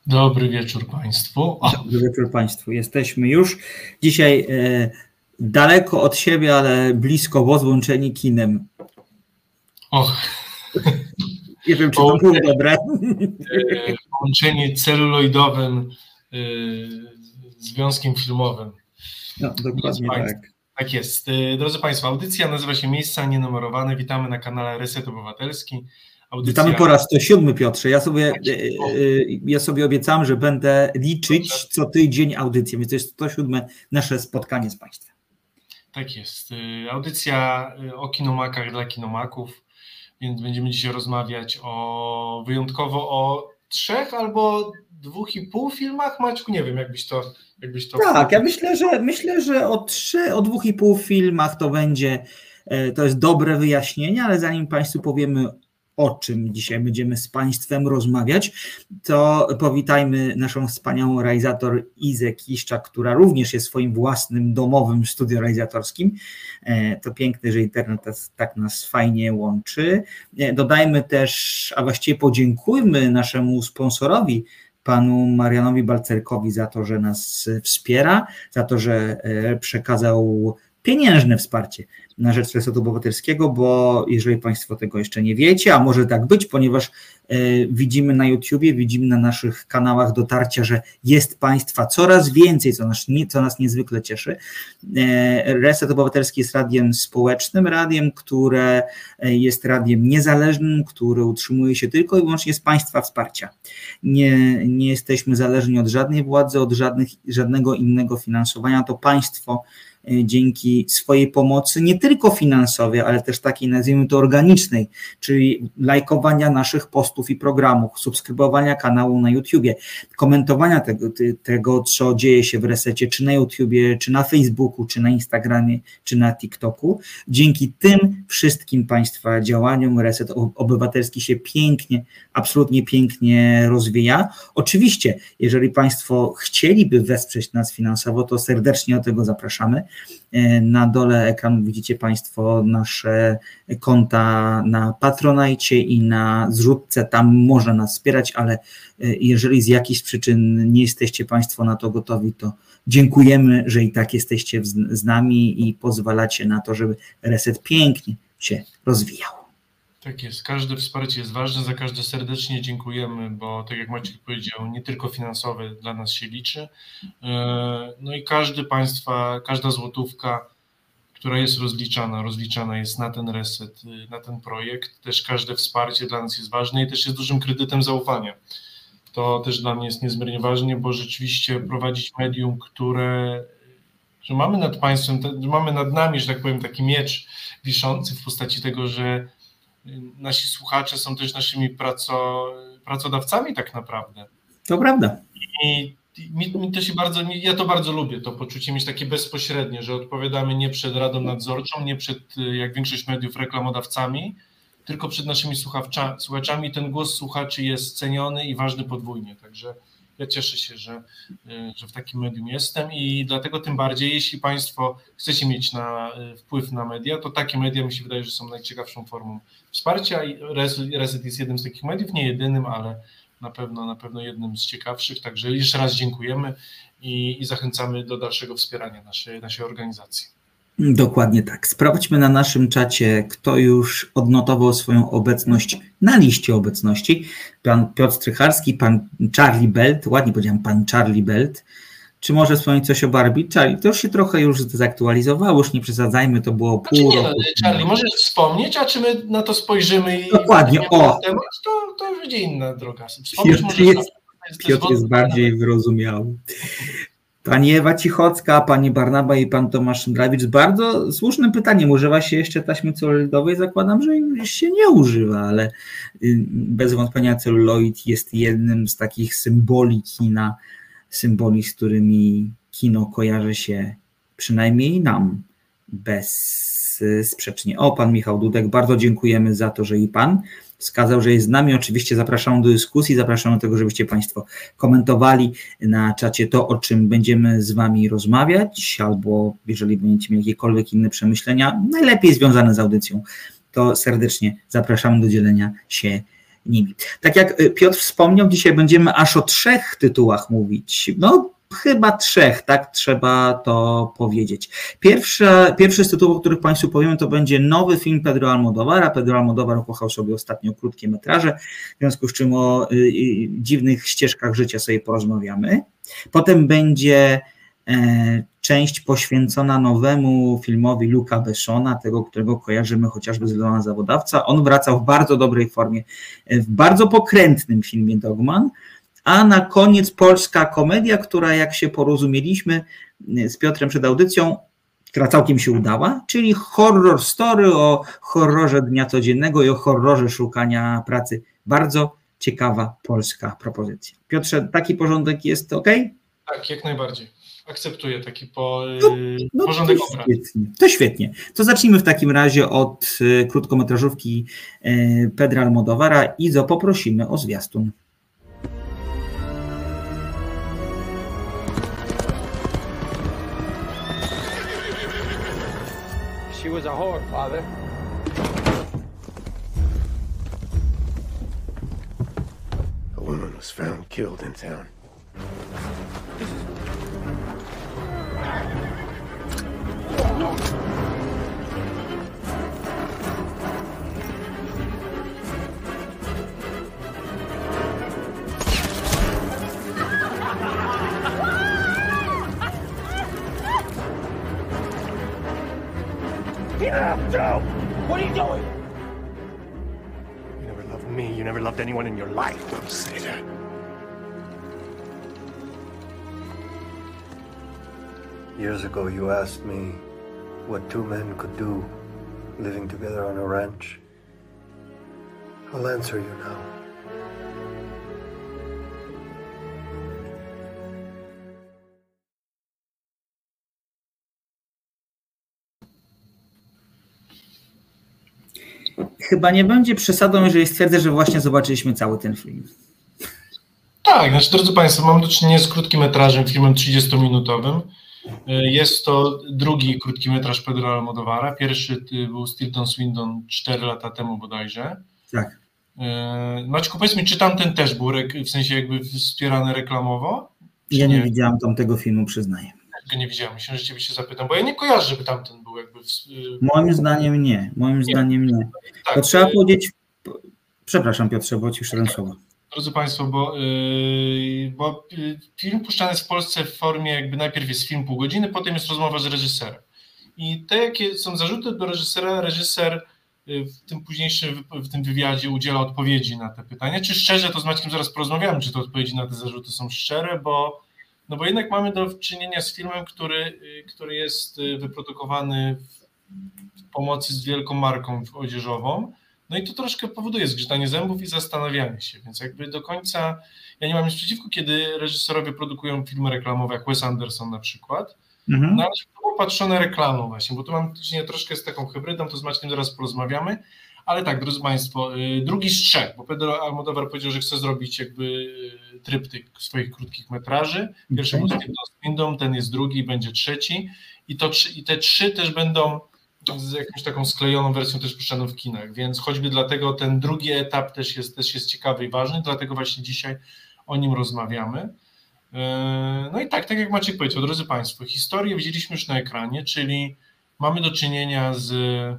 Dobry wieczór Państwu. Dobry wieczór Państwu. Jesteśmy już dzisiaj daleko od siebie, ale blisko, bo złączeni kinem. Nie wiem, czy to było dobre. Połączenie celuloidowym związkiem filmowym. No, dokładnie tak. Tak jest. Drodzy Państwo, audycja nazywa się Miejsca Nienumerowane. Witamy na kanale Reset Obywatelski. Witamy po raz 107, Piotrze. Ja sobie obiecałem, że będę liczyć co tydzień audycję, więc to jest 107 nasze spotkanie z Państwem. Tak jest. Audycja o kinomakach dla kinomaków, więc będziemy dzisiaj rozmawiać wyjątkowo o 3 albo 2,5 filmach. Maćku, nie wiem, jakbyś to... Tak, ja myślę, że o 2,5 filmach to jest dobre wyjaśnienie, ale zanim Państwu powiemy, o czym dzisiaj będziemy z Państwem rozmawiać, to powitajmy naszą wspaniałą realizator Izę Kiszczak, która również jest swoim własnym domowym studio realizatorskim. To piękne, że internet tak nas fajnie łączy. Dodajmy też, a właściwie podziękujmy naszemu sponsorowi, panu Marianowi Balcerkowi, za to, że nas wspiera, za to, że przekazał pieniężne wsparcie na rzecz Resetu Obywatelskiego, bo jeżeli Państwo tego jeszcze nie wiecie, a może tak być, ponieważ widzimy na YouTubie, widzimy na naszych kanałach dotarcia, że jest Państwa coraz więcej, co nas niezwykle cieszy. Reset Obywatelski jest radiem społecznym, radiem, które jest radiem niezależnym, które utrzymuje się tylko i wyłącznie z Państwa wsparcia. Nie jesteśmy zależni od żadnej władzy, od żadnego innego finansowania. To Państwo dzięki swojej pomocy, nie tylko finansowej, ale też takiej, nazwijmy to, organicznej, czyli lajkowania naszych postów i programów, subskrybowania kanału na YouTubie, komentowania tego, co dzieje się w Resecie, czy na YouTubie, czy na Facebooku, czy na Instagramie, czy na TikToku. Dzięki tym wszystkim Państwa działaniom Reset Obywatelski się pięknie, absolutnie pięknie rozwija. Oczywiście, jeżeli Państwo chcieliby wesprzeć nas finansowo, to serdecznie do tego zapraszamy. Na dole ekranu widzicie Państwo nasze konta na Patronite i na zrzutce, tam można nas wspierać, ale jeżeli z jakichś przyczyn nie jesteście Państwo na to gotowi, to dziękujemy, że i tak jesteście z nami i pozwalacie na to, żeby Reset pięknie się rozwijał. Tak jest, każde wsparcie jest ważne, za każde serdecznie dziękujemy, bo tak jak Maciek powiedział, nie tylko finansowe dla nas się liczy. No i każda złotówka, która jest rozliczana jest na ten reset, na ten projekt. Też każde wsparcie dla nas jest ważne i też jest dużym kredytem zaufania. To też dla mnie jest niezmiernie ważne, bo rzeczywiście prowadzić medium, że mamy nad państwem, mamy nad nami, że tak powiem, taki miecz wiszący w postaci tego, że nasi słuchacze są też naszymi pracodawcami tak naprawdę. To prawda. I mi to się ja to bardzo lubię, to poczucie mieć takie bezpośrednie, że odpowiadamy nie przed Radą Nadzorczą, nie przed, jak większość mediów, reklamodawcami, tylko przed naszymi słuchaczami. Ten głos słuchaczy jest ceniony i ważny podwójnie, także ja cieszę się, że w takim medium jestem i dlatego tym bardziej, jeśli Państwo chcecie mieć wpływ na media, to takie media mi się wydaje, że są najciekawszą formą wsparcia i Reset jest jednym z takich mediów, nie jedynym, ale na pewno jednym z ciekawszych, także jeszcze raz dziękujemy i zachęcamy do dalszego wspierania naszej organizacji. Dokładnie tak. Sprawdźmy na naszym czacie, kto już odnotował swoją obecność na liście obecności. Pan Piotr Strycharski, pan Charlie Belt, ładnie powiedziałem, pan Charlie Belt. Czy może wspomnieć coś o Barbie? Charlie, to już się trochę zaktualizowało, już nie przesadzajmy, to było pół roku. Charlie, możesz wspomnieć, a czy my na to spojrzymy i dokładnie, temat, to już będzie inna droga. Piotr jest bardziej wyrozumiały. Pani Ewa Cichocka, pani Barnaba i pan Tomasz Szymlewicz, bardzo słuszne pytanie. Używa się jeszcze taśmy celuloidowej? Zakładam, że już się nie używa, ale bez wątpienia celuloid jest jednym z takich symboli kina, symboli, z którymi kino kojarzy się przynajmniej nam bezsprzecznie. O, pan Michał Dudek, bardzo dziękujemy za to, że i pan wskazał, że jest z nami. Oczywiście zapraszam do dyskusji, zapraszam do tego, żebyście Państwo komentowali na czacie to, o czym będziemy z Wami rozmawiać, albo jeżeli będziecie mieli jakiekolwiek inne przemyślenia, najlepiej związane z audycją, to serdecznie zapraszam do dzielenia się nimi. Tak jak Piotr wspomniał, dzisiaj będziemy aż o 3 tytułach mówić. No chyba 3, tak trzeba to powiedzieć. Pierwszy z tytułów, o których Państwu powiemy, to będzie nowy film Pedro Almodóvara. Pedro Almodóvar ukochał sobie ostatnio krótkie metraże, w związku z czym o dziwnych ścieżkach życia sobie porozmawiamy. Potem będzie część poświęcona nowemu filmowi Luca Bessona, tego, którego kojarzymy chociażby z Zielona Zawodawca. On wracał w bardzo dobrej formie, w bardzo pokrętnym filmie Dogman. A na koniec polska komedia, która, jak się porozumieliśmy z Piotrem przed audycją, która całkiem się udała, czyli horror story o horrorze dnia codziennego i o horrorze szukania pracy. Bardzo ciekawa polska propozycja. Piotrze, taki porządek jest ok? Tak, jak najbardziej. Akceptuję taki no porządek obrad. To świetnie. To zacznijmy w takim razie od krótkometrażówki Pedra Almodóvara i poprosimy o zwiastun. She was a whore, Father. A woman was found killed in town. Joe! What are you doing? You never loved me. You never loved anyone in your life. Don't say that. Years ago, you asked me what 2 men could do living together on a ranch. I'll answer you now. Chyba nie będzie przesadą, jeżeli stwierdzę, że właśnie zobaczyliśmy cały ten film. Tak, znaczy, drodzy Państwo, mam do czynienia z krótkimetrażem, filmem 30-minutowym. Jest to drugi krótkimetraż Pedro Almodóvara. Pierwszy był Stilton Swindon 4 lata temu bodajże. Tak. Maćku, powiedz mi, czy tamten też był w sensie jakby wspierany reklamowo? Ja nie widziałam tamtego filmu, przyznaję. Go nie widziałem, myślę, że ciebie się zapytam, bo ja nie kojarzę, żeby tamten był jakby... Moim zdaniem nie. Tak, to trzeba powiedzieć... Przepraszam Piotrze, bo ci wszedłem słowo. Drodzy Państwo, bo film puszczany jest w Polsce w formie jakby najpierw jest film pół godziny, potem jest rozmowa z reżyserem. I te, jakie są zarzuty do reżysera, reżyser w tym wywiadzie udziela odpowiedzi na te pytania. Czy szczerze, to z Maćkiem zaraz porozmawiamy, czy te odpowiedzi na te zarzuty są szczere, bo jednak mamy do czynienia z filmem, który jest wyprodukowany w pomocy z wielką marką odzieżową. No i to troszkę powoduje zgrzytanie zębów i zastanawianie się, więc jakby do końca ja nie mam nic przeciwko, kiedy reżyserowie produkują filmy reklamowe, jak Wes Anderson na przykład, no ale to było patrzone reklamą właśnie, bo tu mam do czynienia troszkę z taką hybrydą, to z Maćkiem zaraz porozmawiamy, ale tak, drodzy Państwo, drugi z 3, bo Pedro Almodóvar powiedział, że chce zrobić jakby tryptyk swoich krótkich metraży. Pierwszy był Stilton Swindon, ten jest drugi, będzie trzeci i te 3 też będą z jakąś taką sklejoną wersją też puszczaną w kinach, więc choćby dlatego ten drugi etap też jest ciekawy i ważny, dlatego właśnie dzisiaj o nim rozmawiamy. No i tak jak Maciek powiedział, drodzy Państwo, historię widzieliśmy już na ekranie, czyli mamy do czynienia z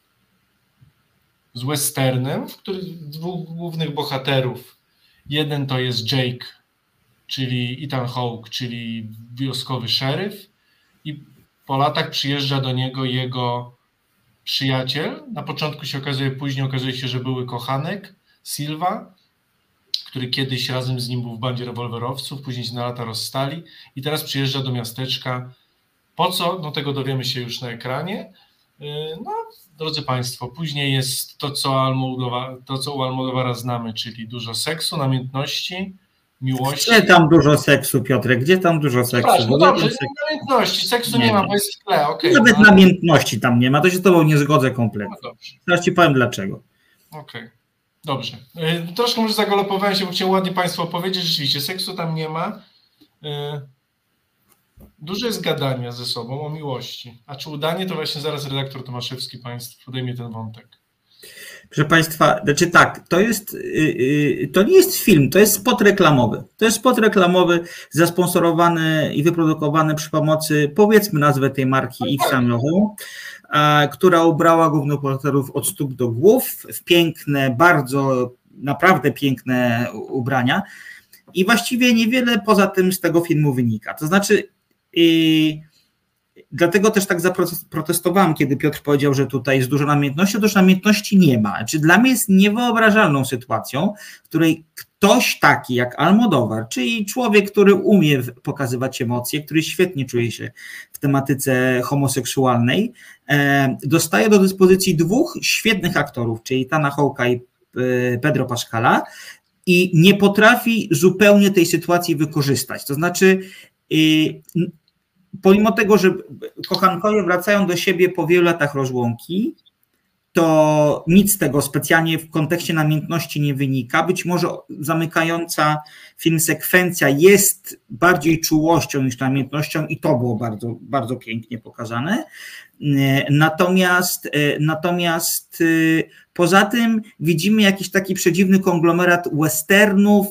westernem, w którym 2 głównych bohaterów, jeden to jest Jake, czyli Ethan Hawke, czyli wioskowy szeryf i po latach przyjeżdża do niego jego przyjaciel, na początku się okazuje, później okazuje się, że były kochanek, Silva, który kiedyś razem z nim był w bandzie rewolwerowców, później się na lata rozstali i teraz przyjeżdża do miasteczka. Po co? No tego dowiemy się już na ekranie. No, drodzy Państwo, później jest to, co u Almodóvara znamy, czyli dużo seksu, namiętności, miłości. Gdzie tam dużo seksu, Piotrek? Gdzie tam dużo seksu? No dobrze, namiętności, seksu nie ma, bo jest źle, okej. Nawet namiętności tam nie ma, to się z Tobą nie zgodzę kompletnie. No dobrze. Teraz Ci powiem dlaczego. Okej. Dobrze. Troszkę może zagalopowałem się, bo chciałem ładnie Państwu opowiedzieć. Rzeczywiście, seksu tam nie ma. Dużo jest gadania ze sobą o miłości. A czy udanie, to właśnie zaraz redaktor Tomaszewski Państwu podejmie ten wątek. Proszę Państwa, znaczy tak, to nie jest film, to jest spot reklamowy. To jest spot reklamowy zasponsorowany i wyprodukowany przy pomocy, powiedzmy nazwę tej marki, Yves Saint Laurent, która ubrała głównych bohaterów od stóp do głów w piękne, bardzo, naprawdę piękne ubrania i właściwie niewiele poza tym z tego filmu wynika. To znaczy... Dlatego też tak zaprotestowałem, kiedy Piotr powiedział, że tutaj jest dużo namiętności. Otóż namiętności nie ma. Znaczy, dla mnie jest niewyobrażalną sytuacją, w której ktoś taki jak Almodóvar, czyli człowiek, który umie pokazywać emocje, który świetnie czuje się w tematyce homoseksualnej, dostaje do dyspozycji dwóch świetnych aktorów, czyli Ethana Hawke'a i Pedro Pascala, i nie potrafi zupełnie tej sytuacji wykorzystać. To znaczy... Pomimo tego, że kochankowie wracają do siebie po wielu latach rozłąki, to nic z tego specjalnie w kontekście namiętności nie wynika. Być może zamykająca film sekwencja jest bardziej czułością niż namiętnością i to było bardzo, bardzo pięknie pokazane. Natomiast poza tym widzimy jakiś taki przedziwny konglomerat westernu,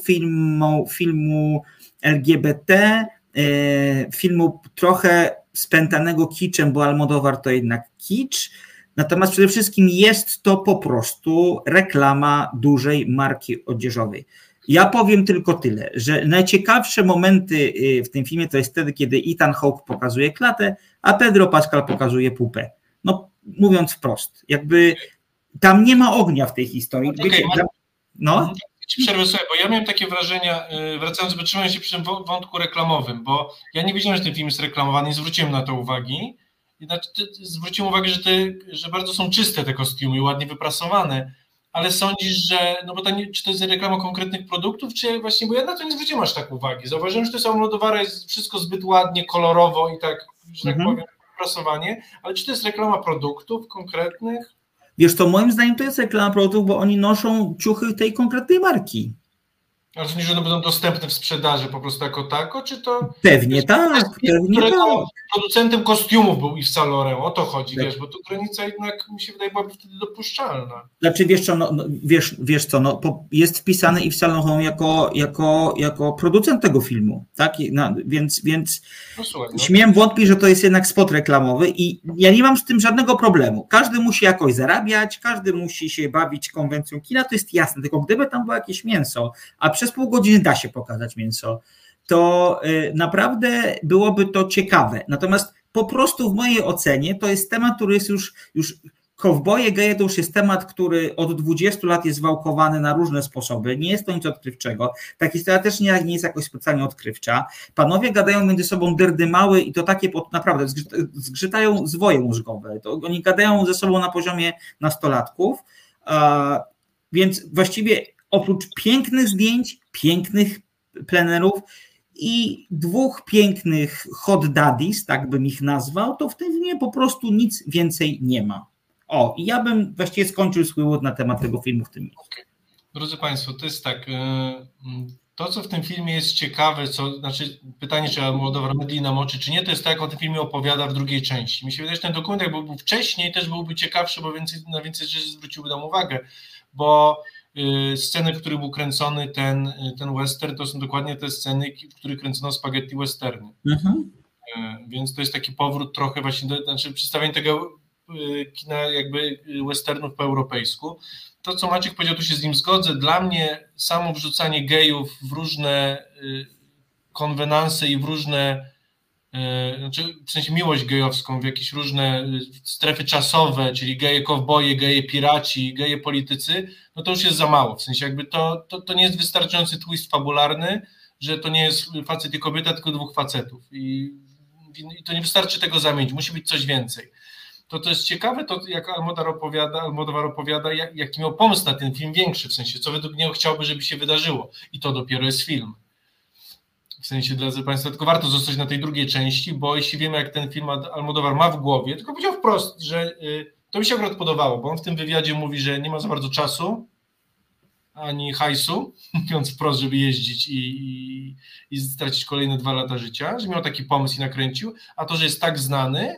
filmu LGBT, filmu trochę spętanego kiczem, bo Almodóvar to jednak kicz, natomiast przede wszystkim jest to po prostu reklama dużej marki odzieżowej. Ja powiem tylko tyle, że najciekawsze momenty w tym filmie to jest wtedy, kiedy Ethan Hawke pokazuje klatę, a Pedro Pascal pokazuje pupę. No, mówiąc wprost, jakby tam nie ma ognia w tej historii. Wiecie, no? Przerwę sobie, bo ja miałem takie wrażenia, wracając, bo trzymałem się przy tym wątku reklamowym, bo ja nie wiedziałem, że ten film jest reklamowany, nie zwróciłem na to uwagi. Zwróciłem uwagę, że bardzo są czyste te kostiumy, ładnie wyprasowane, ale sądzisz, że, no bo czy to jest reklama konkretnych produktów, czy właśnie, bo ja na to nie zwróciłem aż tak uwagi. Zauważyłem, że to jest Almodóvara, jest wszystko zbyt ładnie, kolorowo i tak, że tak powiem, wyprasowanie, ale czy to jest reklama produktów konkretnych? Wiesz co, moim zdaniem to jest reklama produktów, bo oni noszą ciuchy tej konkretnej marki. Ale sądzisz, że one będą dostępne w sprzedaży po prostu jako tako, czy to... Pewnie tak, pewnie tak. Producentem kostiumów był Yves Saint Laurent, o to chodzi, wiesz, bo tu granica jednak, mi się wydaje, byłaby wtedy dopuszczalna. Znaczy, wiesz co, wiesz co, jest wpisany Yves Saint Laurent jako producent tego filmu, tak? Więc no, słuchaj, śmiem wątpić, że to jest jednak spot reklamowy i ja nie mam z tym żadnego problemu. Każdy musi jakoś zarabiać, każdy musi się bawić konwencją kina, to jest jasne, tylko gdyby tam było jakieś mięso, a przez pół godziny da się pokazać mięso, to naprawdę byłoby to ciekawe. Natomiast po prostu w mojej ocenie to jest temat, który jest już kowboje, geje to już jest temat, który od 20 lat jest wałkowany na różne sposoby. Nie jest to nic odkrywczego. Ta historia też nie jest jakoś specjalnie odkrywcza. Panowie gadają między sobą dyrdymały i to takie naprawdę zgrzytają zwoje mózgowe. To oni gadają ze sobą na poziomie nastolatków, więc właściwie oprócz pięknych zdjęć, pięknych plenerów i dwóch pięknych hot daddies, tak bym ich nazwał, to w tym filmie po prostu nic więcej nie ma. O, i ja bym właściwie skończył swój łód na temat tego filmu w tym miejscu. Okay. Drodzy Państwo, to jest tak, to co w tym filmie jest ciekawe, znaczy pytanie, czy Almodóvar mydli nam oczy, czy nie, to jest tak, jak o tym filmie opowiada w drugiej części. Mi się wydaje, że ten dokument, jakby był wcześniej, też byłby ciekawszy, bo na więcej rzeczy zwróciłby nam uwagę, bo sceny, w których był kręcony ten western, to są dokładnie te sceny, w których kręcono spaghetti westerny. Więc to jest taki powrót trochę właśnie, znaczy przedstawienie tego kina jakby westernów po europejsku. To, co Maciek powiedział, tu się z nim zgodzę. Dla mnie samo wrzucanie gejów w różne konwenanse i w różne, znaczy w sensie miłość gejowską, w jakieś różne strefy czasowe, czyli geje kowboje, geje piraci, geje politycy, no to już jest za mało. W sensie jakby to nie jest wystarczający twist fabularny, że to nie jest facet i kobieta, tylko dwóch facetów. I to nie wystarczy tego zamienić, musi być coś więcej. To jest ciekawe, to jak Almodóvar opowiada, jaki miał pomysł na ten film większy, w sensie co według niego chciałby, żeby się wydarzyło. I to dopiero jest film. W sensie, drodzy Państwo, tylko warto zostać na tej drugiej części, bo jeśli wiemy, jak ten film Almodóvar ma w głowie, tylko powiedział wprost, że to mi się akurat podobało, bo on w tym wywiadzie mówi, że nie ma za bardzo czasu, ani hajsu, mówiąc wprost, żeby jeździć i stracić kolejne 2 lata życia, że miał taki pomysł i nakręcił, a to, że jest tak znany,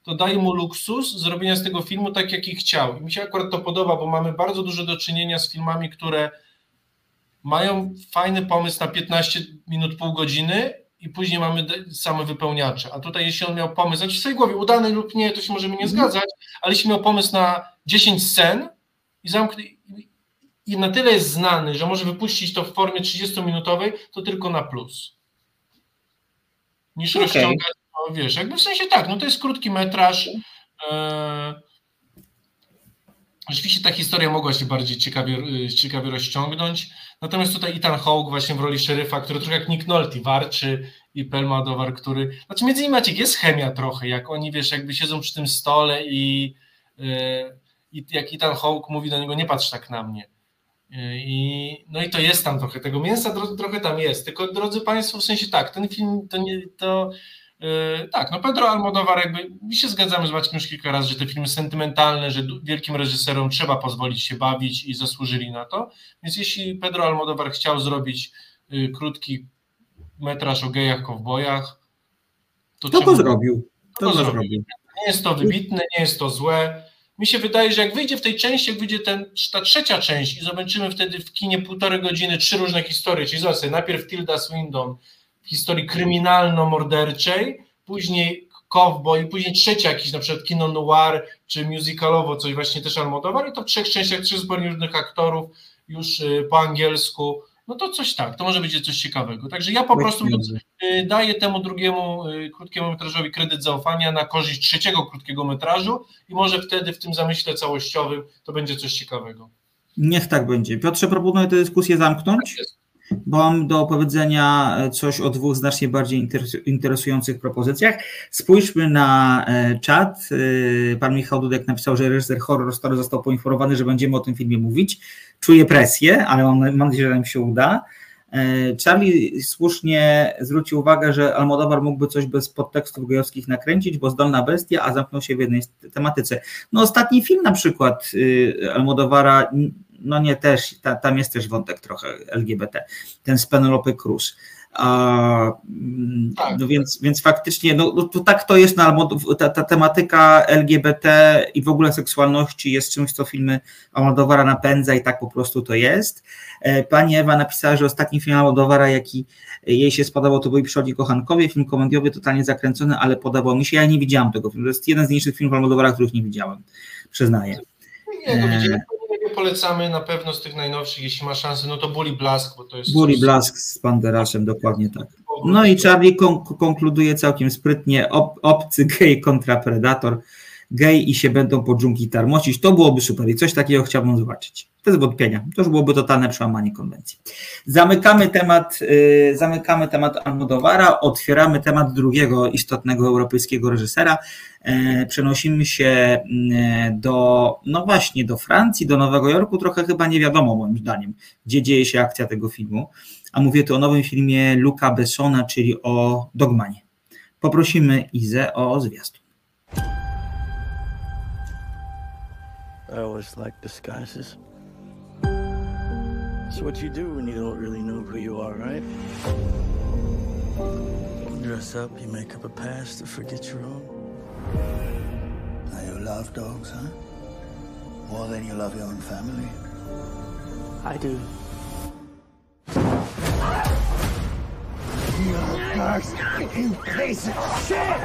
to daje mu luksus zrobienia z tego filmu tak, jaki chciał. I mi się akurat to podoba, bo mamy bardzo dużo do czynienia z filmami, które mają fajny pomysł na 15 minut, pół godziny i później mamy same wypełniacze. A tutaj jeśli on miał pomysł, znaczy w swojej głowie, udany lub nie, to się możemy nie zgadzać, ale jeśli miał pomysł na 10 scen i na tyle jest znany, że może wypuścić to w formie 30-minutowej, to tylko na plus. Niż rozciągać, no, wiesz, jakby w sensie tak, no to jest krótki metraż. Rzeczywiście ta historia mogła się bardziej ciekawie rozciągnąć, natomiast tutaj Ethan Hawke właśnie w roli szeryfa, który trochę jak Nick Nolte warczy, i Paul Almodovar, który, znaczy między nimi Maciek jest chemia trochę, jak oni, wiesz, jakby siedzą przy tym stole i jak Ethan Hawke mówi do niego, nie patrz tak na mnie. No i to jest tam trochę, tego mięsa trochę tam jest, tylko drodzy Państwo, w sensie tak, ten film tak, no Pedro Almodovar, jakby my się zgadzamy z Maćkiem już kilka razy, że te filmy sentymentalne, że wielkim reżyserom trzeba pozwolić się bawić i zasłużyli na to, więc jeśli Pedro Almodovar chciał zrobić krótki metraż o gejach, kowbojach, to zrobił. Nie jest to wybitne, nie jest to złe. Mi się wydaje, że jak wyjdzie w tej części, jak wyjdzie ta trzecia część i zobaczymy wtedy w kinie 1,5 godziny 3 różne historie, czyli zobaczcie, najpierw Tilda Swinton w historii kryminalno-morderczej, później Cowboy, później trzecia jakiś na przykład kino noir, czy musicalowo, coś właśnie też Almodovar i to w 3 częściach 3 zupełnie różnych aktorów, już po angielsku, no to coś tak, to może będzie coś ciekawego. Także ja po prostu daję temu drugiemu krótkiemu metrażowi kredyt zaufania na korzyść trzeciego krótkiego metrażu i może wtedy w tym zamyśle całościowym to będzie coś ciekawego. Niech tak będzie. Piotrze, proponuję tę dyskusję zamknąć, bo mam do opowiedzenia coś o 2 znacznie bardziej interesujących propozycjach. Spójrzmy na czat. Pan Michał Dudek napisał, że reżyser Horror Story został poinformowany, że będziemy o tym filmie mówić. Czuję presję, ale mam nadzieję, że nam się uda. Charlie słusznie zwrócił uwagę, że Almodovar mógłby coś bez podtekstów gejowskich nakręcić, bo zdolna bestia, a zamknął się w jednej tematyce. No ostatni film na przykład Almodovara, no nie też, tam jest też wątek trochę LGBT, ten z Penelope Cruz. Tak. No więc faktycznie, no to tak to jest, ta tematyka LGBT i w ogóle seksualności jest czymś, co filmy Almodovara napędza i tak po prostu to jest. Pani Ewa napisała, że ostatni film Almodovara, jaki jej się spodobał, to był Przychodzi kochankowie, film komediowy, totalnie zakręcony, ale podobał mi się, ja nie widziałam tego filmu, to jest jeden z niższych filmów Almodovara, których nie widziałem, przyznaję. Polecamy na pewno z tych najnowszych, jeśli ma szansę, no to Bully Blask, bo to jest... Bully Blask z Banderaszem, dokładnie tak. No i Charlie konkluduje całkiem sprytnie, obcy gej kontra predator, gej i się będą po dżungli tarmocić, to byłoby super i coś takiego chciałbym zobaczyć. Bez wątpienia, to już byłoby totalne przełamanie konwencji. Zamykamy temat Almodovara, otwieramy temat drugiego istotnego europejskiego reżysera. Przenosimy się do Francji, do Nowego Jorku, trochę chyba nie wiadomo moim zdaniem, gdzie dzieje się akcja tego filmu, a mówię tu o nowym filmie Luca Bessona, czyli o Dogmanie. Poprosimy Izę o zwiastun. I always like disguises. It's what you do when you don't really know who you are, right? You dress up, you make up a past to forget your own. Now you love dogs, huh? More than you love your own family? I do. You curse, you piece of shit!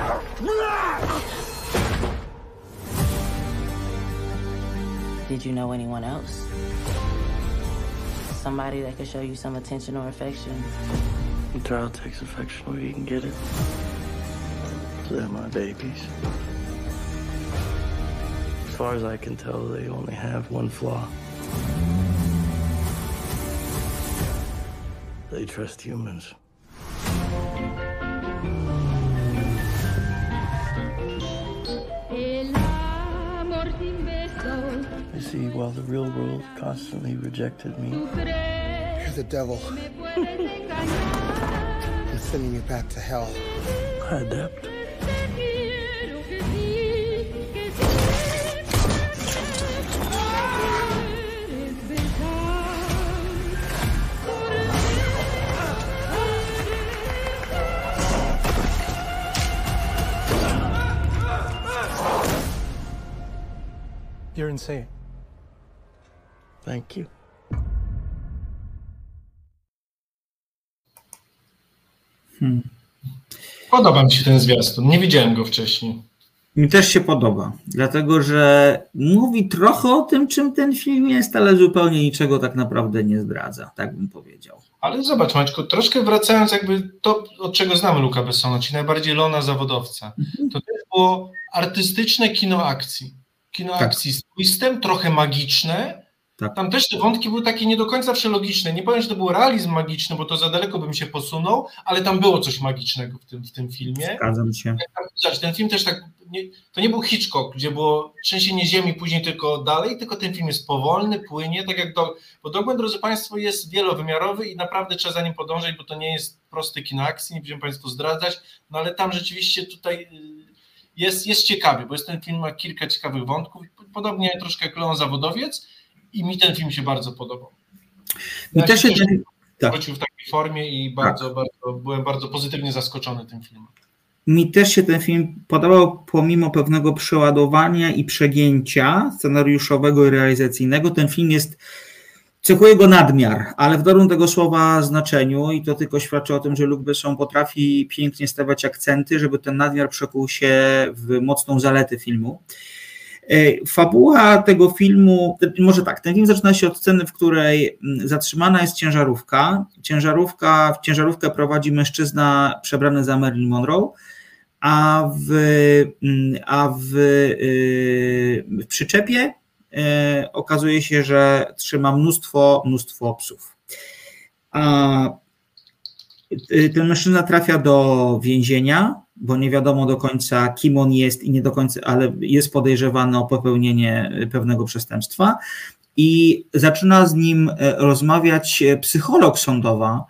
Did you know anyone else? Somebody that could show you some attention or affection? The child takes affection where you can get it. They're my babies. As far as I can tell, they only have one flaw. They trust humans. You see, while the real world constantly rejected me, You're the devil. I'm sending you back to hell. I adapt. You're insane. Thank you. Podoba mi się ten zwiastun, nie widziałem go wcześniej. Mi też się podoba, dlatego że mówi trochę o tym, czym ten film jest, ale zupełnie niczego tak naprawdę nie zdradza, tak bym powiedział. Ale zobacz, Maćku, troszkę wracając jakby to, od czego znamy Luca Bessona, czyli najbardziej Leona zawodowca, to też było artystyczne kino akcji. Kino akcji z twistem, trochę magiczne. Tak. Tam też te wątki były takie nie do końca zawsze logiczne. Nie powiem, że to był realizm magiczny, bo to za daleko bym się posunął, ale tam było coś magicznego w tym filmie. Zgadzam się. Ten film też tak, to nie był Hitchcock, gdzie było trzęsienie ziemi, później tylko dalej, tylko ten film jest powolny, płynie, tak jak bo Dogman, drodzy Państwo, jest wielowymiarowy i naprawdę trzeba za nim podążać, bo to nie jest prosty kino akcji, nie będziemy Państwu zdradzać, no ale tam rzeczywiście tutaj jest ciekawie, bo ten film ma kilka ciekawych wątków, podobnie troszkę jak Leon Zawodowiec i mi ten film się bardzo podobał. Ja też wrócił w takiej formie i byłem bardzo pozytywnie zaskoczony tym filmem. Mi też się ten film podobał pomimo pewnego przeładowania i przegięcia scenariuszowego i realizacyjnego. Ten film cechuje go nadmiar, ale w dobrym tego słowa znaczeniu i to tylko świadczy o tym, że Luc Besson potrafi pięknie stawiać akcenty, żeby ten nadmiar przekuł się w mocną zaletę filmu. Fabuła tego filmu, może tak, ten film zaczyna się od sceny, w której zatrzymana jest ciężarówka. Ciężarówkę prowadzi mężczyzna przebrany za Marilyn Monroe, a w przyczepie okazuje się, że trzyma mnóstwo psów. Ten mężczyzna trafia do więzienia, bo nie wiadomo do końca, kim on jest i nie do końca, ale jest podejrzewany o popełnienie pewnego przestępstwa i zaczyna z nim rozmawiać psycholog sądowa,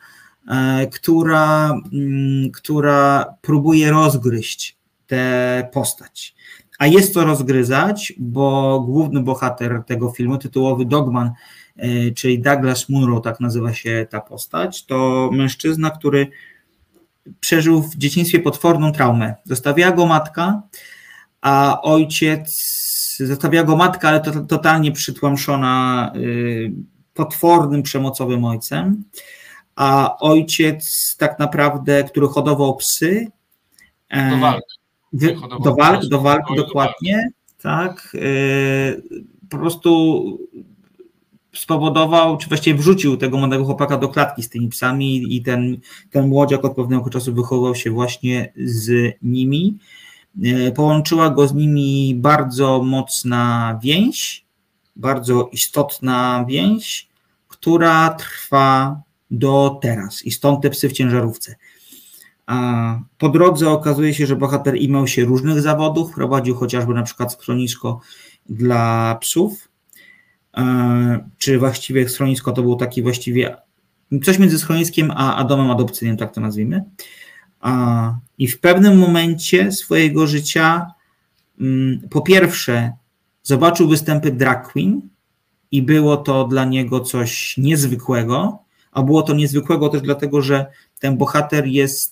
która próbuje rozgryźć tę postać. A jest co rozgryzać, bo główny bohater tego filmu, tytułowy Dogman, czyli Douglas Munro, tak nazywa się ta postać, to mężczyzna, który przeżył w dzieciństwie potworną traumę. Zostawiła go matka, ale totalnie przytłamszona potwornym, przemocowym ojcem, a ojciec tak naprawdę, który hodował psy, do walk, dokładnie, tak, po prostu spowodował, czy właściwie wrzucił tego młodego chłopaka do klatki z tymi psami i ten młodziak od pewnego czasu wychowywał się właśnie z nimi. Połączyła go z nimi bardzo mocna więź, bardzo istotna więź, która trwa do teraz i stąd te psy w ciężarówce. A po drodze okazuje się, że bohater imał się różnych zawodów, prowadził chociażby na przykład schronisko dla psów, czy właściwie schronisko to był taki właściwie coś między schroniskiem a domem adopcyjnym, tak to nazwijmy. I w pewnym momencie swojego życia po pierwsze zobaczył występy drag queen i było to dla niego coś niezwykłego, a było to niezwykłego też dlatego, że ten bohater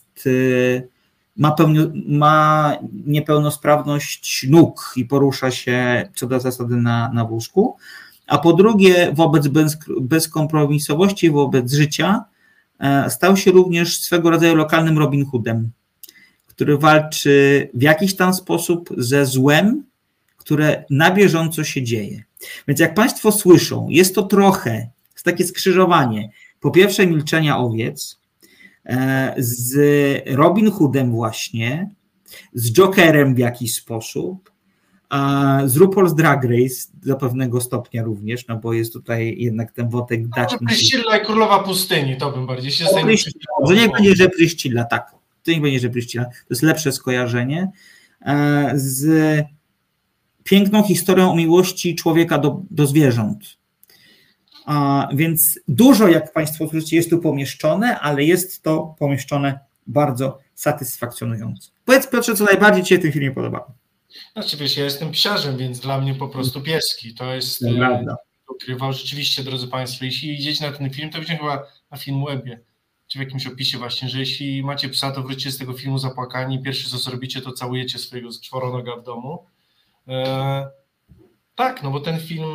ma niepełnosprawność nóg i porusza się co do zasady na wózku, a po drugie wobec bezkompromisowości wobec życia stał się również swego rodzaju lokalnym Robin Hoodem, który walczy w jakiś tam sposób ze złem, które na bieżąco się dzieje. Więc jak Państwo słyszą, jest to trochę takie skrzyżowanie, po pierwsze milczenia owiec, z Robin Hoodem właśnie, z Jokerem w jakiś sposób, a z RuPaul's Drag Race do pewnego stopnia również, no bo jest tutaj jednak ten wątek daczny. Priscilla i Królowa Pustyni, to bym bardziej się z tym... Że niech będzie, że Priscilla, tak. To niech będzie, że Priscilla. To jest lepsze skojarzenie. Z piękną historią o miłości człowieka do zwierząt. Więc dużo, jak Państwo słyszycie, jest tu pomieszczone, ale jest to pomieszczone bardzo satysfakcjonująco. Powiedz, Piotrze, co najbardziej Ci się w tym filmie podobało? Znaczy, wiesz, ja jestem psiarzem, więc dla mnie po prostu pieski. To jest... Ukrywał rzeczywiście, drodzy Państwo, jeśli idziecie na ten film, to wiecie chyba na Filmwebie, czy w jakimś opisie właśnie, że jeśli macie psa, to wróćcie z tego filmu zapłakani, pierwsze co zrobicie, to całujecie swojego czworonoga w domu. Tak, no bo ten film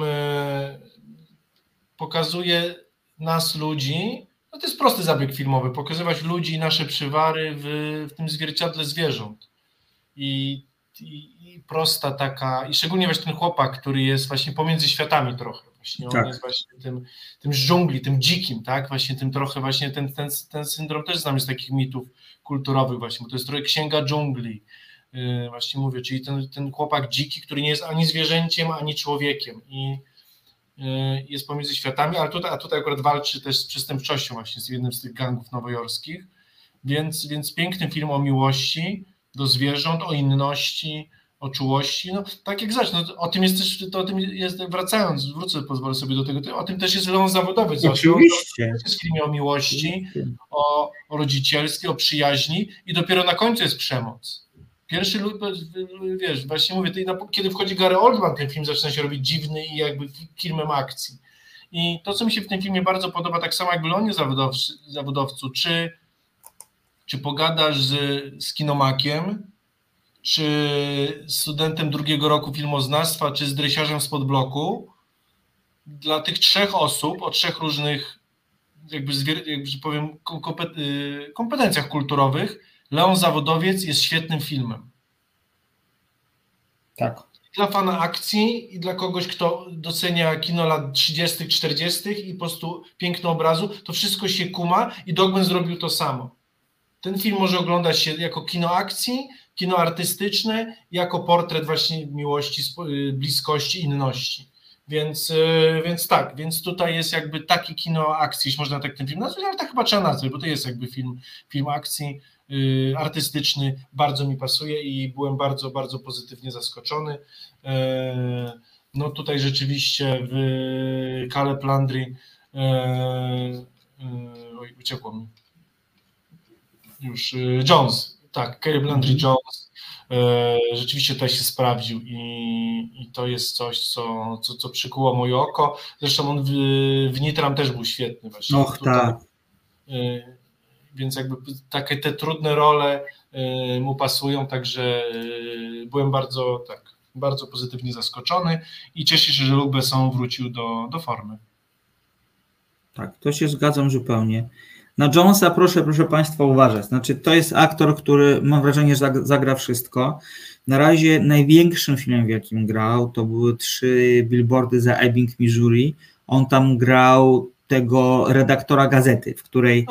pokazuje nas, ludzi, no to jest prosty zabieg filmowy, pokazywać ludzi i nasze przywary w tym zwierciadle zwierząt. I prosta taka, i szczególnie właśnie ten chłopak, który jest właśnie pomiędzy światami trochę, właśnie on jest właśnie tym z dżungli, tym dzikim, tak, właśnie tym trochę właśnie ten syndrom też znam z takich mitów kulturowych właśnie, bo to jest trochę księga dżungli, właśnie mówię, czyli ten chłopak dziki, który nie jest ani zwierzęciem, ani człowiekiem i jest pomiędzy światami, a tutaj akurat walczy też z przestępczością właśnie, z jednym z tych gangów nowojorskich, więc piękny film o miłości do zwierząt, o inności, o czułości, no tak jak zaś, no, o tym jest też, to o tym jest, pozwolę sobie do tego, o tym też jest Leon Zawodowiec. Oczywiście. To jest w filmie o miłości, o rodzicielskiej, o przyjaźni i dopiero na końcu jest przemoc. Pierwszy, wiesz, właśnie mówię, kiedy wchodzi Gary Oldman, ten film zaczyna się robić dziwny i jakby filmem akcji. I to, co mi się w tym filmie bardzo podoba, tak samo jak w Leonie Zawodowcu, czy pogadasz z kinomakiem, czy studentem drugiego roku filmoznawstwa, czy z dresiarzem spod bloku, dla tych trzech osób o trzech różnych jakby że powiem kompetencjach kulturowych, Leon Zawodowiec jest świetnym filmem. Tak. Dla fana akcji i dla kogoś, kto docenia kino lat 30., 40. i po prostu piękno obrazu, to wszystko się kuma i Dogman zrobił to samo. Ten film może oglądać się jako kino akcji, kino artystyczne, jako portret właśnie miłości, bliskości, inności. Więc tak, więc tutaj jest jakby takie kino akcji, jeśli można tak ten film nazwać, ale tak chyba trzeba nazwać, bo to jest jakby film akcji artystyczny, bardzo mi pasuje i byłem bardzo, bardzo pozytywnie zaskoczony. No tutaj rzeczywiście w Caleb Landry, uciekło mi już, Jones, tak, Caleb Landry Jones, rzeczywiście tutaj się sprawdził i to jest coś, co przykuło moje oko. Zresztą on w Nitram też był świetny właśnie. Och, tak. Więc jakby takie te trudne role mu pasują, także byłem bardzo pozytywnie zaskoczony i cieszę się, że Luc Besson wrócił do formy. Tak, to się zgadzam zupełnie. Na Jonesa proszę Państwa uważać. Znaczy, to jest aktor, który mam wrażenie, że zagra wszystko. Na razie największym filmem, w jakim grał, to były 3 billboardy za Ebbing, Missouri. On tam grał tego redaktora gazety, w której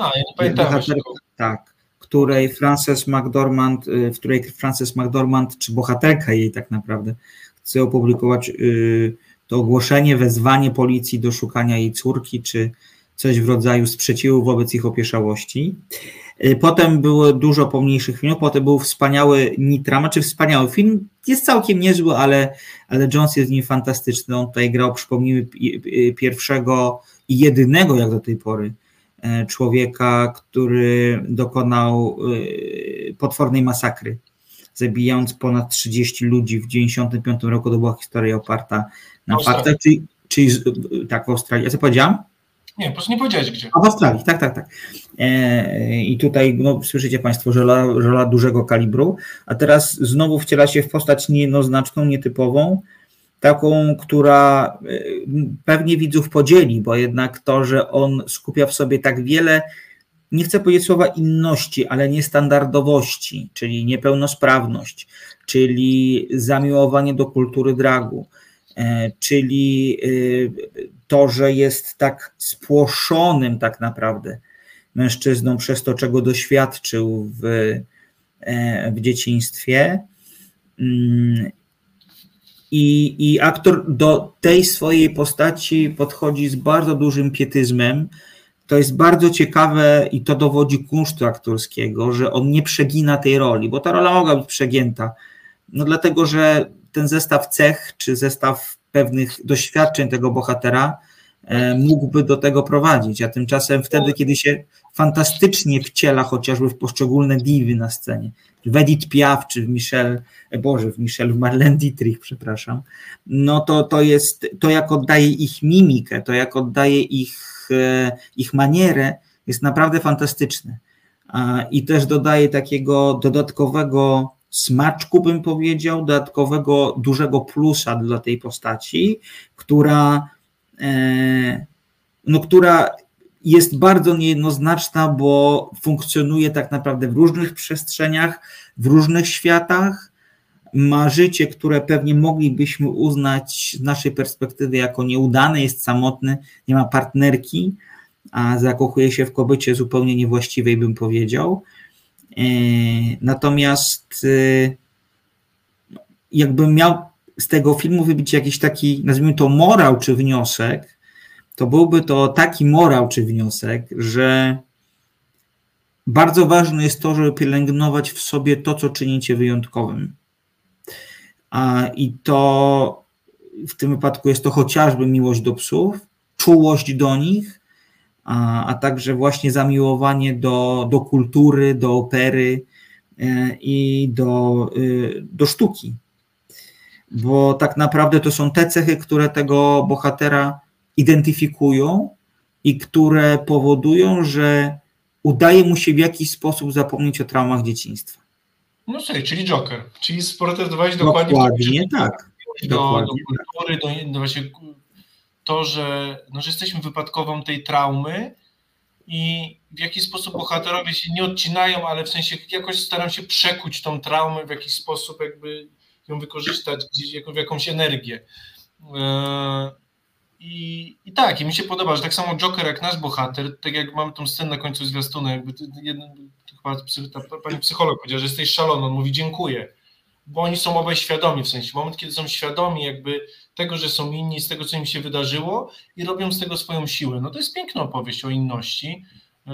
Frances McDormand, czy bohaterka jej tak naprawdę, chce opublikować to ogłoszenie, wezwanie policji do szukania jej córki, czy coś w rodzaju sprzeciwu wobec ich opieszałości. Potem było dużo pomniejszych filmów, potem był wspaniały Nitram, czy wspaniały film, jest całkiem niezły, ale Jones jest w nim fantastyczny. On tutaj grał, przypomnijmy, pierwszego i jedynego jak do tej pory człowieka, który dokonał potwornej masakry, zabijając ponad 30 ludzi w 1995 roku. To była historia oparta na faktach, czyli tak, w Australii. A co powiedziałam? Nie, po prostu nie powiedziałeś gdzie. A w Australii, tak. I tutaj słyszycie Państwo, rola dużego kalibru, a teraz znowu wciela się w postać niejednoznaczną, nietypową, taką, która pewnie widzów podzieli, bo jednak to, że on skupia w sobie tak wiele, nie chcę powiedzieć słowa inności, ale niestandardowości, czyli niepełnosprawność, czyli zamiłowanie do kultury dragu, czyli to, że jest tak spłoszonym tak naprawdę mężczyzną przez to, czego doświadczył w dzieciństwie. I aktor do tej swojej postaci podchodzi z bardzo dużym pietyzmem. To jest bardzo ciekawe i to dowodzi kunsztu aktorskiego, że on nie przegina tej roli, bo ta rola mogła być przegięta. No dlatego, że ten zestaw cech, czy zestaw pewnych doświadczeń tego bohatera mógłby do tego prowadzić, a tymczasem wtedy, kiedy się fantastycznie wciela chociażby w poszczególne diwy na scenie, w Edith Piaf, czy w Marlene Dietrich, przepraszam, no to jest to, jak oddaje ich mimikę, to jak oddaje ich manierę, jest naprawdę fantastyczne. I też dodaje takiego dodatkowego smaczku, bym powiedział, dodatkowego dużego plusa dla tej postaci, która jest bardzo niejednoznaczna, bo funkcjonuje tak naprawdę w różnych przestrzeniach, w różnych światach, ma życie, które pewnie moglibyśmy uznać z naszej perspektywy jako nieudane, jest samotny, nie ma partnerki, a zakochuje się w kobiecie zupełnie niewłaściwej, bym powiedział. Natomiast jakbym miał z tego filmu wybić jakiś taki, nazwijmy to, morał czy wniosek, to byłby to taki morał czy wniosek, że bardzo ważne jest to, żeby pielęgnować w sobie to, co czynicie wyjątkowym. I to w tym wypadku jest to chociażby miłość do psów, czułość do nich, a także właśnie zamiłowanie do kultury, do opery i do sztuki. Bo tak naprawdę to są te cechy, które tego bohatera identyfikują i które powodują, że udaje mu się w jakiś sposób zapomnieć o traumach dzieciństwa. No słuchaj, czyli Joker, czyli sportretowałeś dokładnie tak. Do kultury, do właśnie to, że jesteśmy wypadkową tej traumy i w jakiś sposób bohaterowie się nie odcinają, ale w sensie jakoś staram się przekuć tą traumę w jakiś sposób, jakby ją wykorzystać gdzieś w jakąś energię. I mi się podoba, że tak samo Joker jak nasz bohater, tak jak mamy tą scenę na końcu zwiastunu, jakby chyba pani psycholog powiedziała, że jesteś szalony, on mówi dziękuję, bo oni są obaj świadomi, w sensie moment, kiedy są świadomi jakby tego, że są inni, z tego, co im się wydarzyło i robią z tego swoją siłę. No to jest piękna opowieść o inności,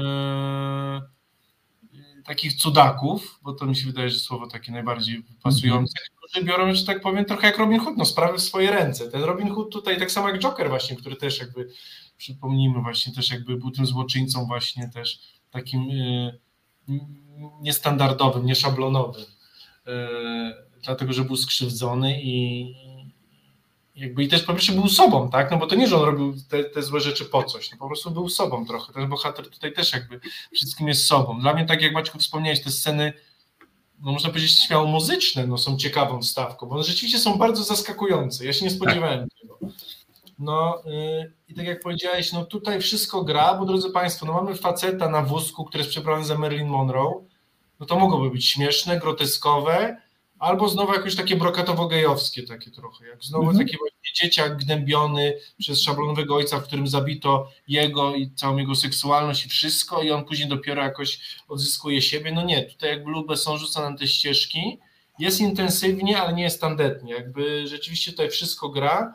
takich cudaków, bo to mi się wydaje, że słowo takie najbardziej pasujące, którzy biorą, że tak powiem, trochę jak Robin Hood, sprawy w swoje ręce. Ten Robin Hood tutaj, tak samo jak Joker właśnie, który też jakby, przypomnijmy właśnie, też jakby był tym złoczyńcą właśnie też takim niestandardowym, nieszablonowym, dlatego, że był skrzywdzony i też po pierwsze był sobą, tak, no bo to nie, że on robił te złe rzeczy po coś, no po prostu był sobą trochę, ten bohater tutaj też jakby wszystkim jest sobą. Dla mnie, tak jak Maćku wspomniałeś, te sceny, no można powiedzieć śmiało muzyczne, no są ciekawą stawką, bo one rzeczywiście są bardzo zaskakujące, ja się nie spodziewałem tego. No i tak jak powiedziałeś, no tutaj wszystko gra, bo drodzy Państwo, no mamy faceta na wózku, który jest przebrany za Marilyn Monroe, no to mogłoby być śmieszne, groteskowe, albo znowu jakoś takie brokatowo-gejowskie takie trochę, jak znowu taki właśnie dzieciak gnębiony przez szablonowego ojca, w którym zabito jego i całą jego seksualność i wszystko i on później dopiero jakoś odzyskuje siebie. No nie, tutaj jakby Luc Besson rzuca nam te ścieżki, jest intensywnie, ale nie jest tandetnie, jakby rzeczywiście tutaj wszystko gra,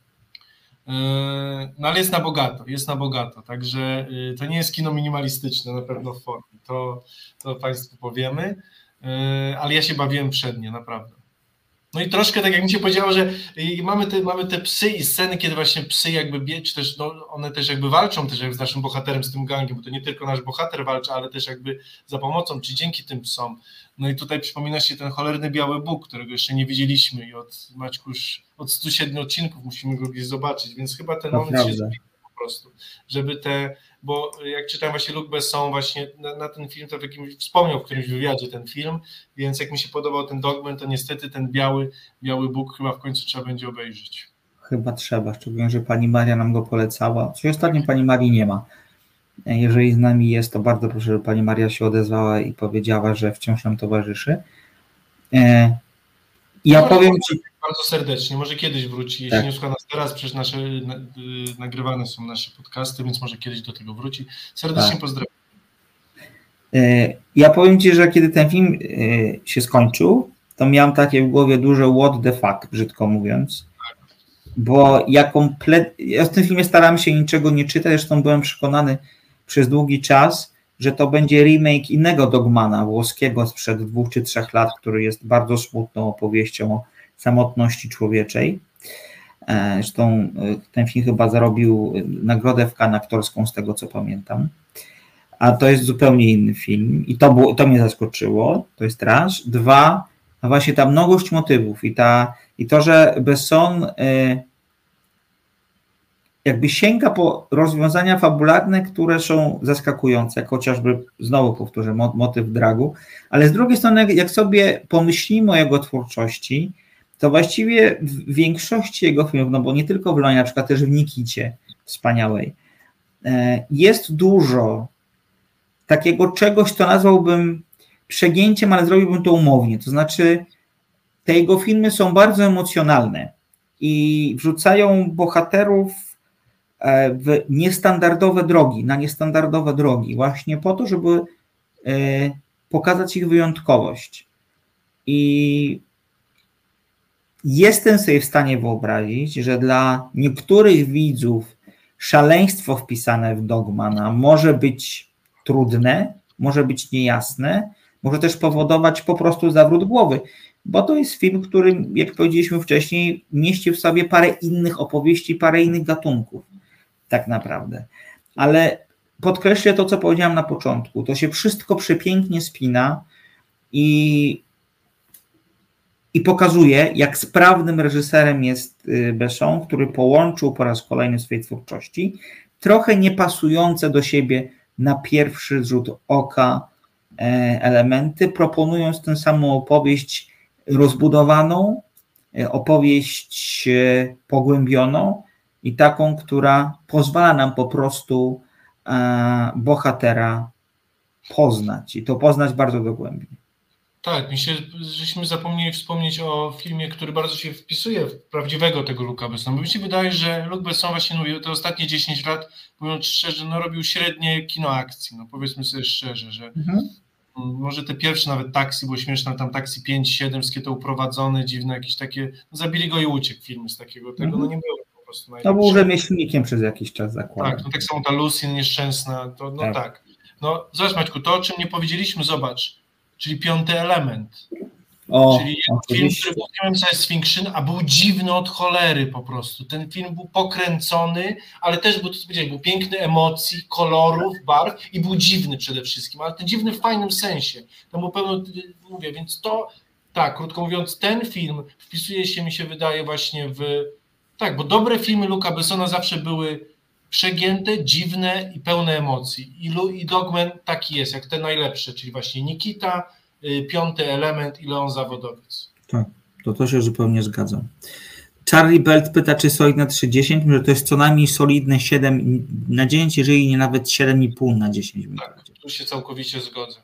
no ale jest na bogato, także to nie jest kino minimalistyczne na pewno w formie, to Państwu powiemy. Ale ja się bawiłem przednie, naprawdę. No i troszkę tak jak mi się powiedziało, że mamy te psy i sceny, kiedy właśnie psy jakby czy też one też jakby walczą też jak z naszym bohaterem, z tym gangiem, bo to nie tylko nasz bohater walczy, ale też jakby za pomocą, czy dzięki tym psom. No i tutaj przypomina się ten cholerny biały Bóg, którego jeszcze nie widzieliśmy i Maćku już od 107 odcinków musimy go gdzieś zobaczyć, więc chyba ten moment się zmieni po prostu, żeby bo jak czytałem właśnie Luc Besson właśnie na ten film, to wspomniał w którymś wywiadzie ten film, więc jak mi się podobał ten Dogman, to niestety ten biały Bóg chyba w końcu trzeba będzie obejrzeć. Chyba trzeba, szczególnie, że pani Maria nam go polecała. Czyli ostatnio pani Marii nie ma. Jeżeli z nami jest, to bardzo proszę, żeby pani Maria się odezwała i powiedziała, że wciąż nam towarzyszy. Ja powiem Ci bardzo serdecznie, może kiedyś wróci, jeśli nie słucha nas teraz, przecież nagrywane są nasze podcasty, więc może kiedyś do tego wróci. Serdecznie pozdrawiam. Ja powiem Ci, że kiedy ten film się skończył, to miałem takie w głowie duże what the fuck, brzydko mówiąc, bo ja w tym filmie starałem się niczego nie czytać, zresztą byłem przekonany przez długi czas, że to będzie remake innego Dogmana włoskiego sprzed 2 czy 3 lat, który jest bardzo smutną opowieścią o samotności człowieczej. Zresztą ten film chyba zarobił nagrodę w Cannes aktorską, z tego co pamiętam. A to jest zupełnie inny film i to mnie zaskoczyło, to jest raz. 2, a właśnie ta mnogość motywów i to, że Besson jakby sięga po rozwiązania fabularne, które są zaskakujące, jak chociażby, znowu powtórzę, motyw dragu, ale z drugiej strony, jak sobie pomyślimy o jego twórczości, to właściwie w większości jego filmów, no bo nie tylko w Lonie, na przykład też w Nikicie wspaniałej, jest dużo takiego czegoś, co nazwałbym przegięciem, ale zrobiłbym to umownie, to znaczy te jego filmy są bardzo emocjonalne i wrzucają bohaterów w niestandardowe drogi, na niestandardowe drogi, właśnie po to, żeby pokazać ich wyjątkowość. I jestem sobie w stanie wyobrazić, że dla niektórych widzów szaleństwo wpisane w Dogmana może być trudne, może być niejasne, może też powodować po prostu zawrót głowy, bo to jest film, który, jak powiedzieliśmy wcześniej, mieści w sobie parę innych opowieści, parę innych gatunków, tak naprawdę. Ale podkreślę to, co powiedziałem na początku, to się wszystko przepięknie spina i pokazuje, jak sprawnym reżyserem jest Besson, który połączył po raz kolejny w swojej twórczości trochę niepasujące do siebie na pierwszy rzut oka elementy, proponując tę samą opowieść rozbudowaną, opowieść pogłębioną i taką, która pozwala nam po prostu bohatera poznać i to poznać bardzo dogłębnie. Tak, żeśmy zapomnieli wspomnieć o filmie, który bardzo się wpisuje w prawdziwego tego Luca Bessona, bo mi się wydaje, że Luc Besson właśnie mówił, te ostatnie 10 lat, mówiąc szczerze, no robił średnie kino akcji, no powiedzmy sobie szczerze, że może te pierwsze nawet Taxi było śmieszne, tam Taxi 5-7, wszystkie to uprowadzone, dziwne, jakieś takie, no zabili go i uciekł filmy z takiego, tego no nie było po prostu najlepsze. To był rzemieślnikiem przez jakiś czas, zakładam. Tak, no tak samo ta Lucy nieszczęsna, to no tak. No zobacz Maćku, to o czym nie powiedzieliśmy, zobacz, czyli Piąty element. Czyli film, który był filmem science fiction, a był dziwny od cholery po prostu. Ten film był pokręcony, ale też był piękny emocji, kolorów, barw i był dziwny przede wszystkim, ale ten dziwny w fajnym sensie. Tam było pełno, mówię, więc to, tak, krótko mówiąc, ten film wpisuje się, mi się wydaje, właśnie w... Tak, bo dobre filmy Luca Bessona zawsze były przegięte, dziwne i pełne emocji. I Dogman taki jest, jak te najlepsze, czyli właśnie Nikita, Piąty element i Leon Zawodowiec. Tak, to się zupełnie zgadzam. Charlie Belt pyta, czy solidne 3,10, że to jest co najmniej solidne 7/10, jeżeli nie nawet 7,5 na 10. Tak, tu się całkowicie zgodzę.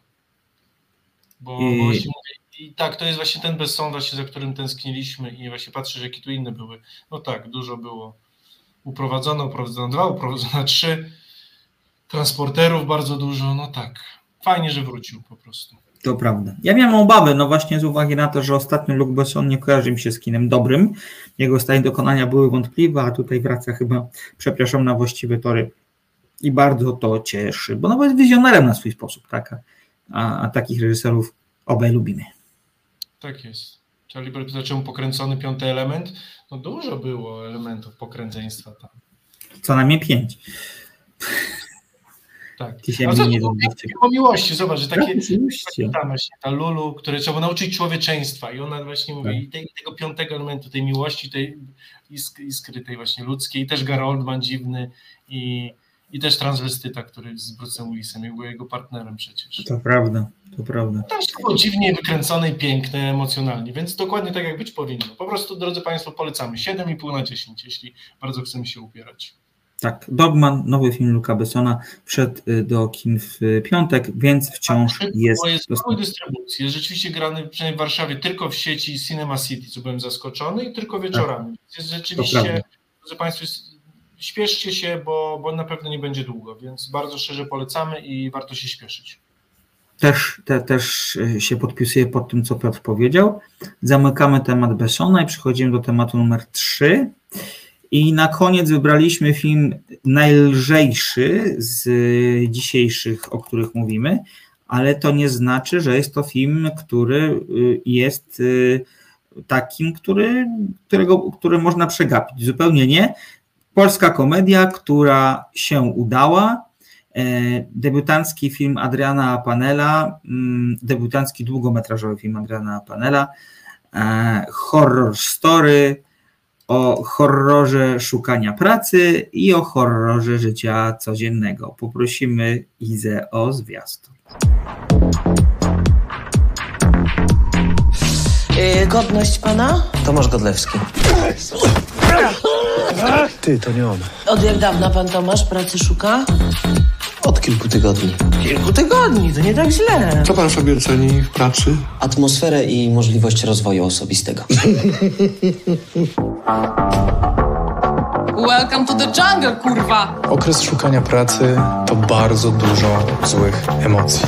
Bo właśnie mówię, i tak, to jest właśnie ten Besson, właśnie, za którym tęskniliśmy i właśnie patrzę, że jakie tu inne były. No tak, dużo było. Uprowadzona 2, uprowadzona 3, Transporterów bardzo dużo, no tak. Fajnie, że wrócił po prostu. To prawda. Ja miałem obawę, no właśnie z uwagi na to, że ostatnio Luc Besson nie kojarzy mi się z kinem dobrym. Jego stanie dokonania były wątpliwe, a tutaj wraca chyba, przepraszam, na właściwe tory i bardzo to cieszy, bo nawet wizjonerem na swój sposób, tak? A takich reżyserów obaj lubimy. Tak jest. Charlie Bell zaczął pokręcony Piąty element. No dużo było elementów pokręceństwa tam. Co najmniej 5. Tak. A co o miłości, zobacz, że takie tam właśnie ta Lulu, które trzeba nauczyć człowieczeństwa i ona właśnie mówi i tego piątego elementu, tej miłości, tej iskry tej właśnie ludzkiej, i też Gary Oldman dziwny i też transwestyta, który z Bruce'em Willisem, był jego partnerem przecież. To prawda, to prawda. Też było dziwnie wykręcone i piękne emocjonalnie, więc dokładnie tak jak być powinno. Po prostu, drodzy Państwo, polecamy 7,5 na 10, jeśli bardzo chcemy się upierać. Tak, Dogman, nowy film Luca Bessona, wszedł do kin w piątek, więc wciąż jest w małej dystrybucji. Jest rzeczywiście grany przynajmniej w Warszawie tylko w sieci Cinema City, co byłem zaskoczony, i tylko wieczorami. Tak. Jest rzeczywiście, drodzy Państwo, śpieszcie się, bo na pewno nie będzie długo, więc bardzo szczerze polecamy i warto się śpieszyć. Też się podpisuję pod tym, co Piotr powiedział. Zamykamy temat Bessona i przechodzimy do tematu numer 3. I na koniec wybraliśmy film najlżejszy z dzisiejszych, o których mówimy, ale to nie znaczy, że jest to film, który jest takim, który można przegapić. Zupełnie nie. Polska komedia, która się udała. Debiutancki film Adriana Apanela, debiutancki długometrażowy film Adriana Apanela, horror story, o horrorze szukania pracy i o horrorze życia codziennego. Poprosimy Izę o zwiastun. Godność pana? Tomasz Godlewski. Ty, to nie on. Od jak dawna pan Tomasz pracy szuka? Od kilku tygodni. Kilku tygodni, to nie tak źle. Co pan sobie ceni w pracy? Atmosferę i możliwość rozwoju osobistego. Welcome to the jungle, kurwa! Okres szukania pracy to bardzo dużo złych emocji.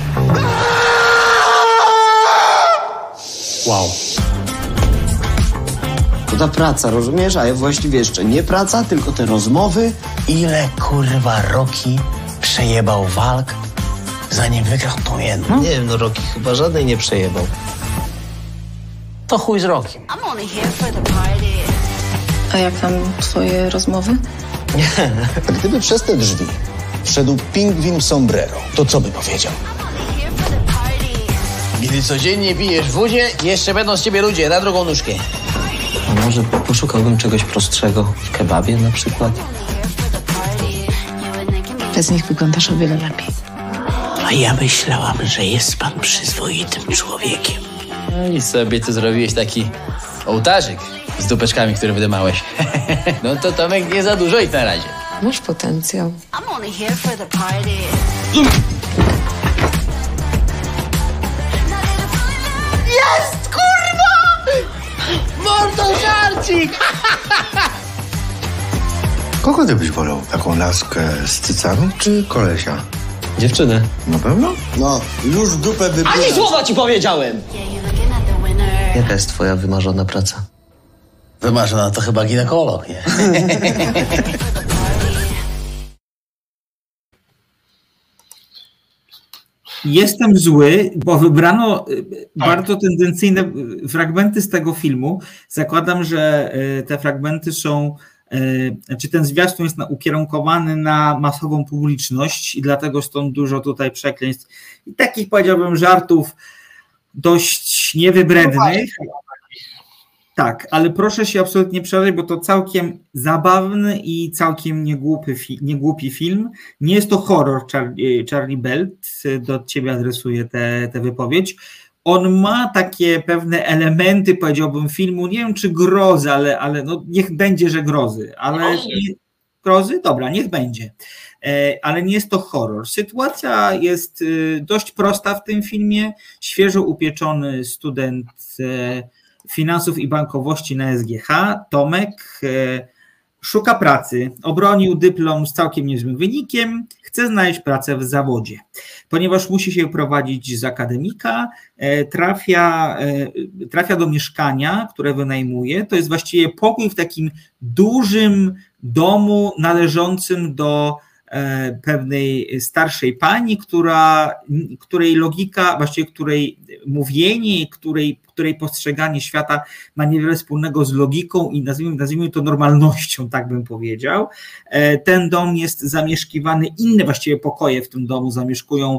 Wow. To ta praca, rozumiesz? A ja właściwie jeszcze nie praca, tylko te rozmowy. Ile kurwa Rocky przejebał walk, zanim wygrał tą jedną? Nie wiem, no Rocky chyba żadnej nie przejebał. To chuj z Rockiem. A jak tam twoje rozmowy? Nie. A gdyby przez te drzwi wszedł pingwin sombrero, to co by powiedział? Gdy codziennie pijesz wódzie, jeszcze będą z ciebie ludzie na drugą nóżkę. A może poszukałbym czegoś prostszego, w kebabie na przykład? Bez nich wyglądasz o wiele lepiej. A ja myślałam, że jest pan przyzwoitym człowiekiem. No i sobie tu zrobiłeś taki ołtarzyk z dupeczkami, które wydymałeś. No to Tomek nie za dużo ich na razie. Masz potencjał. Jest, kurwa! Mordo żarcik! Kogo ty byś wolał? Taką laskę z cycami czy kolesia? Dziewczynę. Na pewno? No, już dupę wybiera. Ani słowa ci powiedziałem! Jaka jest twoja wymarzona praca? Wymarzona to chyba ginekolog, nie? Jestem zły, bo wybrano bardzo tendencyjne fragmenty z tego filmu. Zakładam, że te fragmenty są, czy ten zwiastun jest ukierunkowany na masową publiczność i dlatego stąd dużo tutaj przekleństw i takich, powiedziałbym, żartów dość niewybrednych. Tak, ale proszę się absolutnie przeżyć, bo to całkiem zabawny i całkiem niegłupi film. Nie jest to horror, Charlie Belt, do ciebie adresuję tę wypowiedź. On ma takie pewne elementy, powiedziałbym, filmu, nie wiem czy grozy, ale no niech będzie, że grozy. Ale grozy? Dobra, niech będzie. Ale nie jest to horror. Sytuacja jest dość prosta w tym filmie. Świeżo upieczony student finansów i bankowości na SGH, Tomek, szuka pracy, obronił dyplom z całkiem niezłym wynikiem, chce znaleźć pracę w zawodzie. Ponieważ musi się prowadzić z akademika, trafia do mieszkania, które wynajmuje. To jest właściwie pokój w takim dużym domu należącym do pewnej starszej pani, której logika, właściwie której mówienie, której postrzeganie świata ma niewiele wspólnego z logiką i nazwijmy to normalnością, tak bym powiedział. Ten dom jest zamieszkiwany, inne właściwie pokoje w tym domu zamieszkują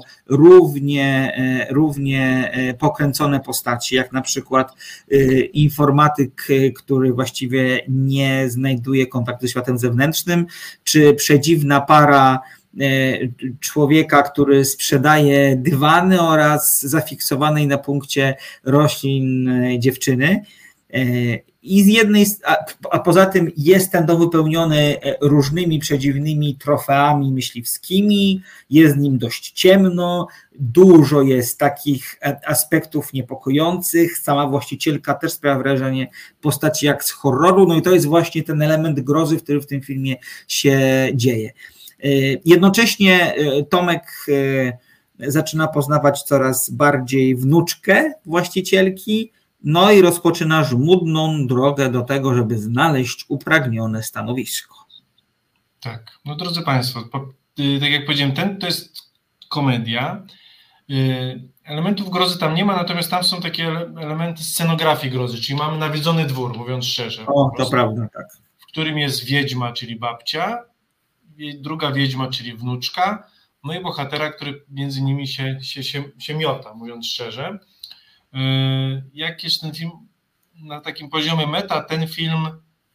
równie pokręcone postaci, jak na przykład informatyk, który właściwie nie znajduje kontaktu ze światem zewnętrznym, czy przedziwna para człowieka, który sprzedaje dywany oraz zafiksowanej na punkcie roślin dziewczyny. I z jednej, a poza tym jest ten dom wypełniony różnymi przedziwnymi trofeami myśliwskimi, jest w nim dość ciemno, dużo jest takich aspektów niepokojących, sama właścicielka też sprawia wrażenie postaci jak z horroru, no i to jest właśnie ten element grozy, który w tym filmie się dzieje. Jednocześnie Tomek zaczyna poznawać coraz bardziej wnuczkę właścicielki, no i rozpoczyna żmudną drogę do tego, żeby znaleźć upragnione stanowisko. Tak, no drodzy Państwo, tak jak powiedziałem, to jest komedia. Elementów grozy tam nie ma, natomiast tam są takie elementy scenografii grozy, czyli mamy nawiedzony dwór, mówiąc szczerze. O, to prawda, tak. W którym jest wiedźma, czyli babcia, druga wiedźma, czyli wnuczka, no i bohatera, który między nimi się miota, mówiąc szczerze. Jak jest ten film na takim poziomie meta, ten film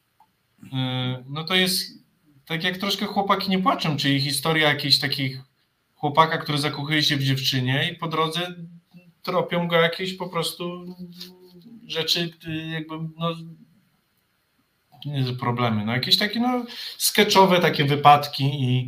no to jest tak jak troszkę Chłopaki nie płaczą, czyli historia jakiejś takich chłopaka, który zakochuje się w dziewczynie i po drodze tropią go jakieś po prostu rzeczy, jakby no nie problemy, no jakieś takie no sketchowe takie wypadki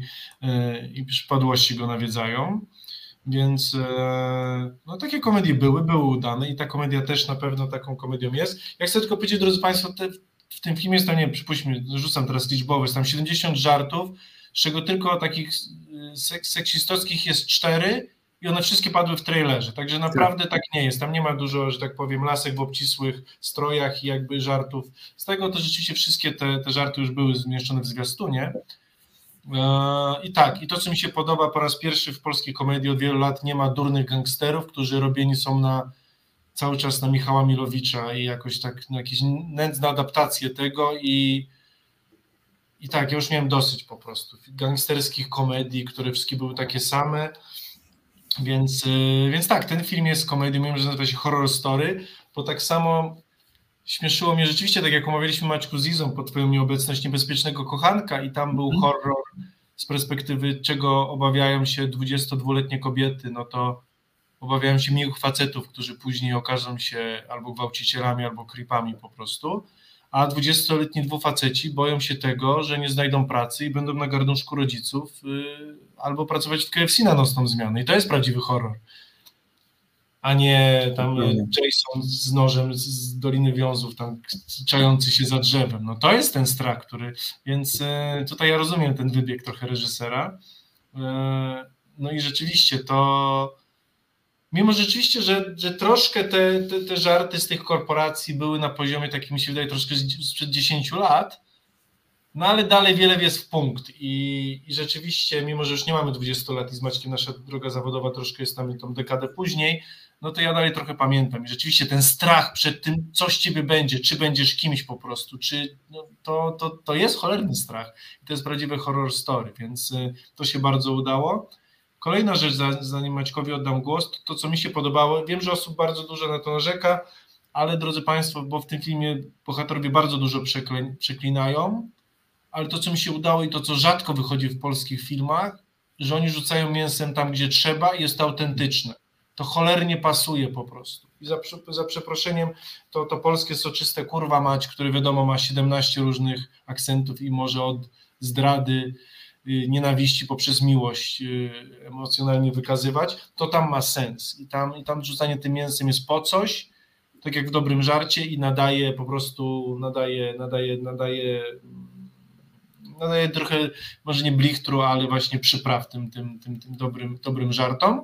i przypadłości go nawiedzają, więc no takie komedie były udane i ta komedia też na pewno taką komedią jest. Ja chcę tylko powiedzieć, drodzy Państwo, w tym filmie jest tam, nie wiem, przypuśćmy, rzucam teraz liczbowe, jest tam 70 żartów, z czego tylko takich seksistowskich jest 4 i one wszystkie padły w trailerze, także naprawdę tak nie jest, tam nie ma dużo, że tak powiem, lasek w obcisłych strojach i jakby żartów, z tego to rzeczywiście wszystkie te żarty już były zmieszczone w zwiastunie. I tak, i to co mi się podoba, po raz pierwszy w polskiej komedii od wielu lat nie ma durnych gangsterów, którzy robieni są cały czas na Michała Milowicza i jakoś tak na jakieś nędzne adaptacje tego i tak, ja już miałem dosyć po prostu gangsterskich komedii, które wszystkie były takie same, więc tak, ten film jest komedią, mimo że nazywa się Horror Story, bo tak samo śmieszyło mnie rzeczywiście, tak jak omawialiśmy Maćku z Izą pod twoją nieobecność Niebezpiecznego kochanka i tam był horror z perspektywy czego obawiają się 22-letnie kobiety, no to obawiają się miłych facetów, którzy później okażą się albo gwałcicielami, albo creepami po prostu, a 20-letni dwufaceci boją się tego, że nie znajdą pracy i będą na garnuszku rodziców albo pracować w KFC na nocną zmianę i to jest prawdziwy horror, a nie tam Jason z nożem z Doliny Wiązów tam czający się za drzewem, no to jest ten strach, więc tutaj ja rozumiem ten wybieg trochę reżysera, no i rzeczywiście to mimo rzeczywiście, że troszkę te żarty z tych korporacji były na poziomie takim, mi się wydaje, troszkę sprzed 10 lat, no ale dalej wiele jest w punkt i rzeczywiście, mimo że już nie mamy 20 lat i z Maćkiem nasza droga zawodowa troszkę jest tam tą dekadę później, no to ja dalej trochę pamiętam i rzeczywiście ten strach przed tym, co z ciebie będzie, czy będziesz kimś po prostu, czy no, to jest cholerny strach i to jest prawdziwy horror story, więc to się bardzo udało. Kolejna rzecz, zanim Maćkowi oddam głos, to co mi się podobało, wiem, że osób bardzo dużo na to narzeka, ale drodzy Państwo, bo w tym filmie bohaterowie bardzo dużo przeklinają, ale to co mi się udało i to co rzadko wychodzi w polskich filmach, że oni rzucają mięsem tam gdzie trzeba i jest to autentyczne, to cholernie pasuje po prostu i za przeproszeniem to polskie soczyste kurwa mać, który wiadomo ma 17 różnych akcentów i może od zdrady nienawiści poprzez miłość emocjonalnie wykazywać, to tam ma sens i tam rzucanie tym mięsem jest po coś, tak jak w dobrym żarcie i nadaje po prostu, nadaje trochę, może nie blichtru, ale właśnie przypraw tym dobrym żartom.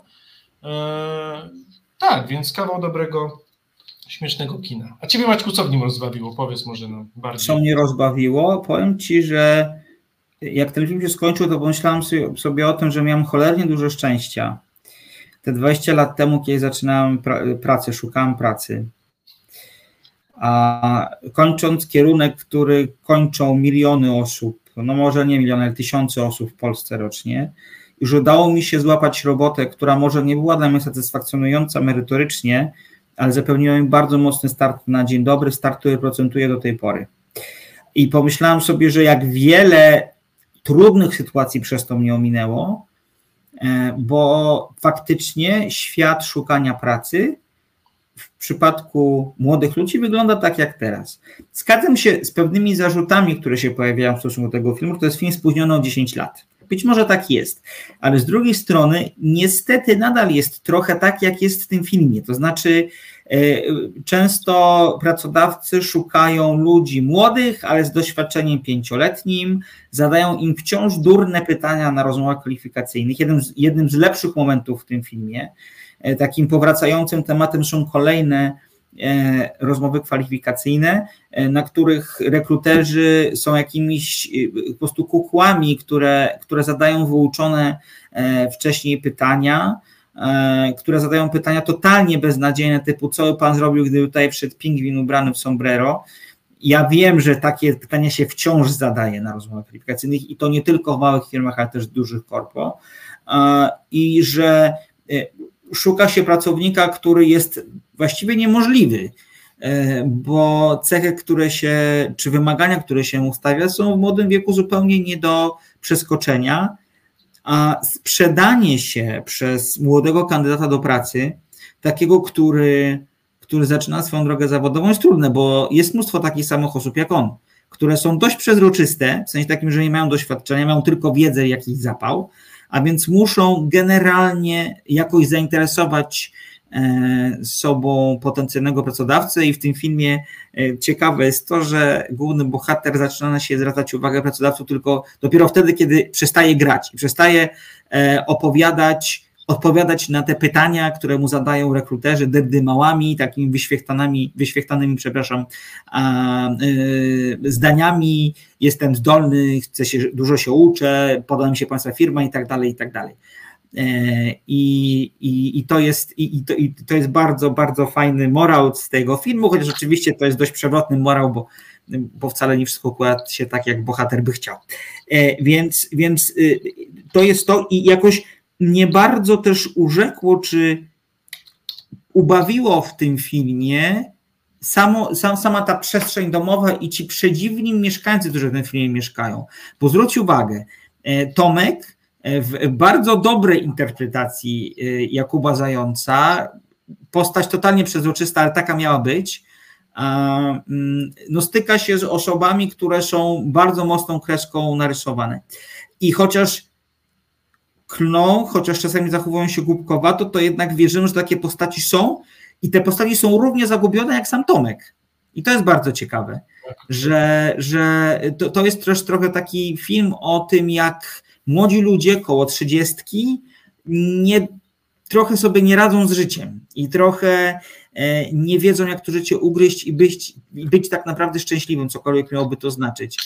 Tak, więc kawał dobrego, śmiesznego kina. A ciebie, Maćku, co w nim rozbawiło? Powiedz może nam bardziej. Co mnie rozbawiło? Powiem ci, że jak ten film się skończył, to pomyślałem sobie o tym, że miałem cholernie dużo szczęścia. Te 20 lat temu, kiedy zaczynałem pracę, szukałem pracy. A kończąc kierunek, który kończą miliony osób, no może nie miliony, ale tysiące osób w Polsce rocznie, już udało mi się złapać robotę, która może nie była dla mnie satysfakcjonująca merytorycznie, ale zapewniła mi bardzo mocny start na dzień dobry, start, który procentuje do tej pory. I pomyślałem sobie, że jak wiele trudnych sytuacji przez to mnie ominęło, bo faktycznie świat szukania pracy w przypadku młodych ludzi wygląda tak jak teraz. Zgadzam się z pewnymi zarzutami, które się pojawiają w stosunku do tego filmu, to jest film spóźniony o 10 lat. Być może tak jest, ale z drugiej strony niestety nadal jest trochę tak, jak jest w tym filmie. To znaczy często pracodawcy szukają ludzi młodych, ale z doświadczeniem 5-letnim, zadają im wciąż durne pytania na rozmowach kwalifikacyjnych. Jednym z lepszych momentów w tym filmie, takim powracającym tematem są kolejne rozmowy kwalifikacyjne, na których rekruterzy są jakimiś po prostu kukłami, które zadają wyuczone wcześniej pytania, które zadają pytania totalnie beznadziejne, typu co by pan zrobił, gdyby tutaj wszedł pingwin ubrany w sombrero. Ja wiem, że takie pytania się wciąż zadaje na rozmowach kwalifikacyjnych i to nie tylko w małych firmach, ale też w dużych korpo, i że szuka się pracownika, który jest właściwie niemożliwy, bo cechy, czy wymagania, które się ustawia, są w młodym wieku zupełnie nie do przeskoczenia, a sprzedanie się przez młodego kandydata do pracy, takiego, który zaczyna swoją drogę zawodową, jest trudne, bo jest mnóstwo takich samych osób jak on, które są dość przezroczyste, w sensie takim, że nie mają doświadczenia, mają tylko wiedzę, jakiś zapał, a więc muszą generalnie jakoś zainteresować sobą potencjalnego pracodawcę i w tym filmie ciekawe jest to, że główny bohater zaczyna się zwracać uwagę pracodawców tylko dopiero wtedy, kiedy przestaje grać i przestaje odpowiadać na te pytania, które mu zadają rekruterzy dydymałami, takimi wyświechtanymi, zdaniami, jestem zdolny, dużo się uczę, podoba mi się Państwa firma i tak dalej, i tak dalej. I to jest bardzo, bardzo fajny morał z tego filmu, chociaż oczywiście to jest dość przewrotny morał, bo wcale nie wszystko układa się tak, jak bohater by chciał. Więc to jest to i jakoś mnie bardzo też urzekło, czy ubawiło w tym filmie sama ta przestrzeń domowa i ci przedziwni mieszkańcy, którzy w tym filmie mieszkają. Bo zwróć uwagę, Tomek w bardzo dobrej interpretacji Jakuba Zająca, postać totalnie przezroczysta, ale taka miała być, no styka się z osobami, które są bardzo mocną kreską narysowane. I chociaż klną, chociaż czasami zachowują się głupkowato, to jednak wierzymy, że takie postaci są i te postaci są równie zagubione jak sam Tomek. I to jest bardzo ciekawe, że to jest też trochę taki film o tym, jak młodzi ludzie koło 30 trochę sobie nie radzą z życiem i trochę nie wiedzą, jak to życie ugryźć i być tak naprawdę szczęśliwym, cokolwiek miałoby to znaczyć.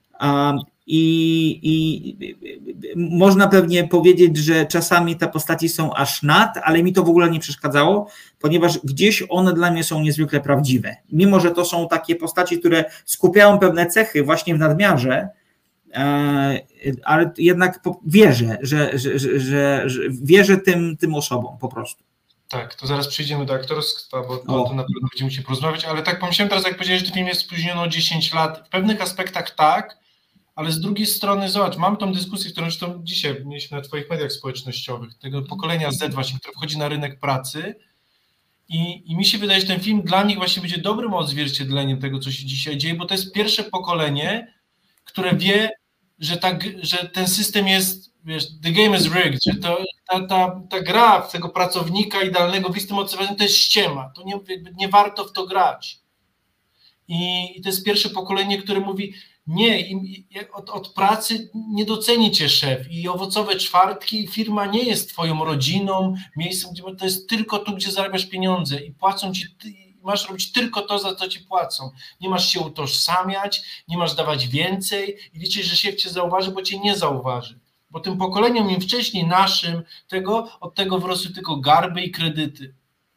I można pewnie powiedzieć, że czasami te postaci są aż nad, ale mi to w ogóle nie przeszkadzało, ponieważ gdzieś one dla mnie są niezwykle prawdziwe. Mimo że to są takie postaci, które skupiają pewne cechy właśnie w nadmiarze, ale jednak wierzę, że wierzę tym osobom po prostu. Tak, to zaraz przejdziemy do aktorstwa, bo to na pewno będziemy musieli porozmawiać, ale tak pomyślałem teraz, jak powiedziałeś, że ten film jest spóźniony o 10 lat. W pewnych aspektach tak, ale z drugiej strony, zobacz, mam tą dyskusję, którą zresztą dzisiaj mieliśmy na Twoich mediach społecznościowych, tego pokolenia Z właśnie, które wchodzi na rynek pracy i mi się wydaje, że ten film dla nich właśnie będzie dobrym odzwierciedleniem tego, co się dzisiaj dzieje, bo to jest pierwsze pokolenie, które wie, że ten system jest, wiesz, the game is rigged, że ta gra w tego pracownika idealnego w listym obserwacyjnym to jest ściema, to nie warto w to grać. I to jest pierwsze pokolenie, które mówi, nie, od pracy nie doceni cię szef i owocowe czwartki, firma nie jest twoją rodziną, miejscem, gdzie to jest tylko tu, gdzie zarabiasz pieniądze i płacą ci, masz robić tylko to, za co ci płacą. Nie masz się utożsamiać, nie masz dawać więcej i liczyć, że szef cię zauważy, bo cię nie zauważy. Bo tym pokoleniom im wcześniej naszym od tego wyrosły tylko garby i kredyty.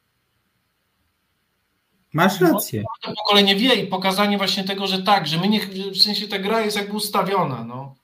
Masz rację. To pokolenie wie i pokazanie właśnie tego, że tak, że my nie, w sensie ta gra jest jakby ustawiona, no.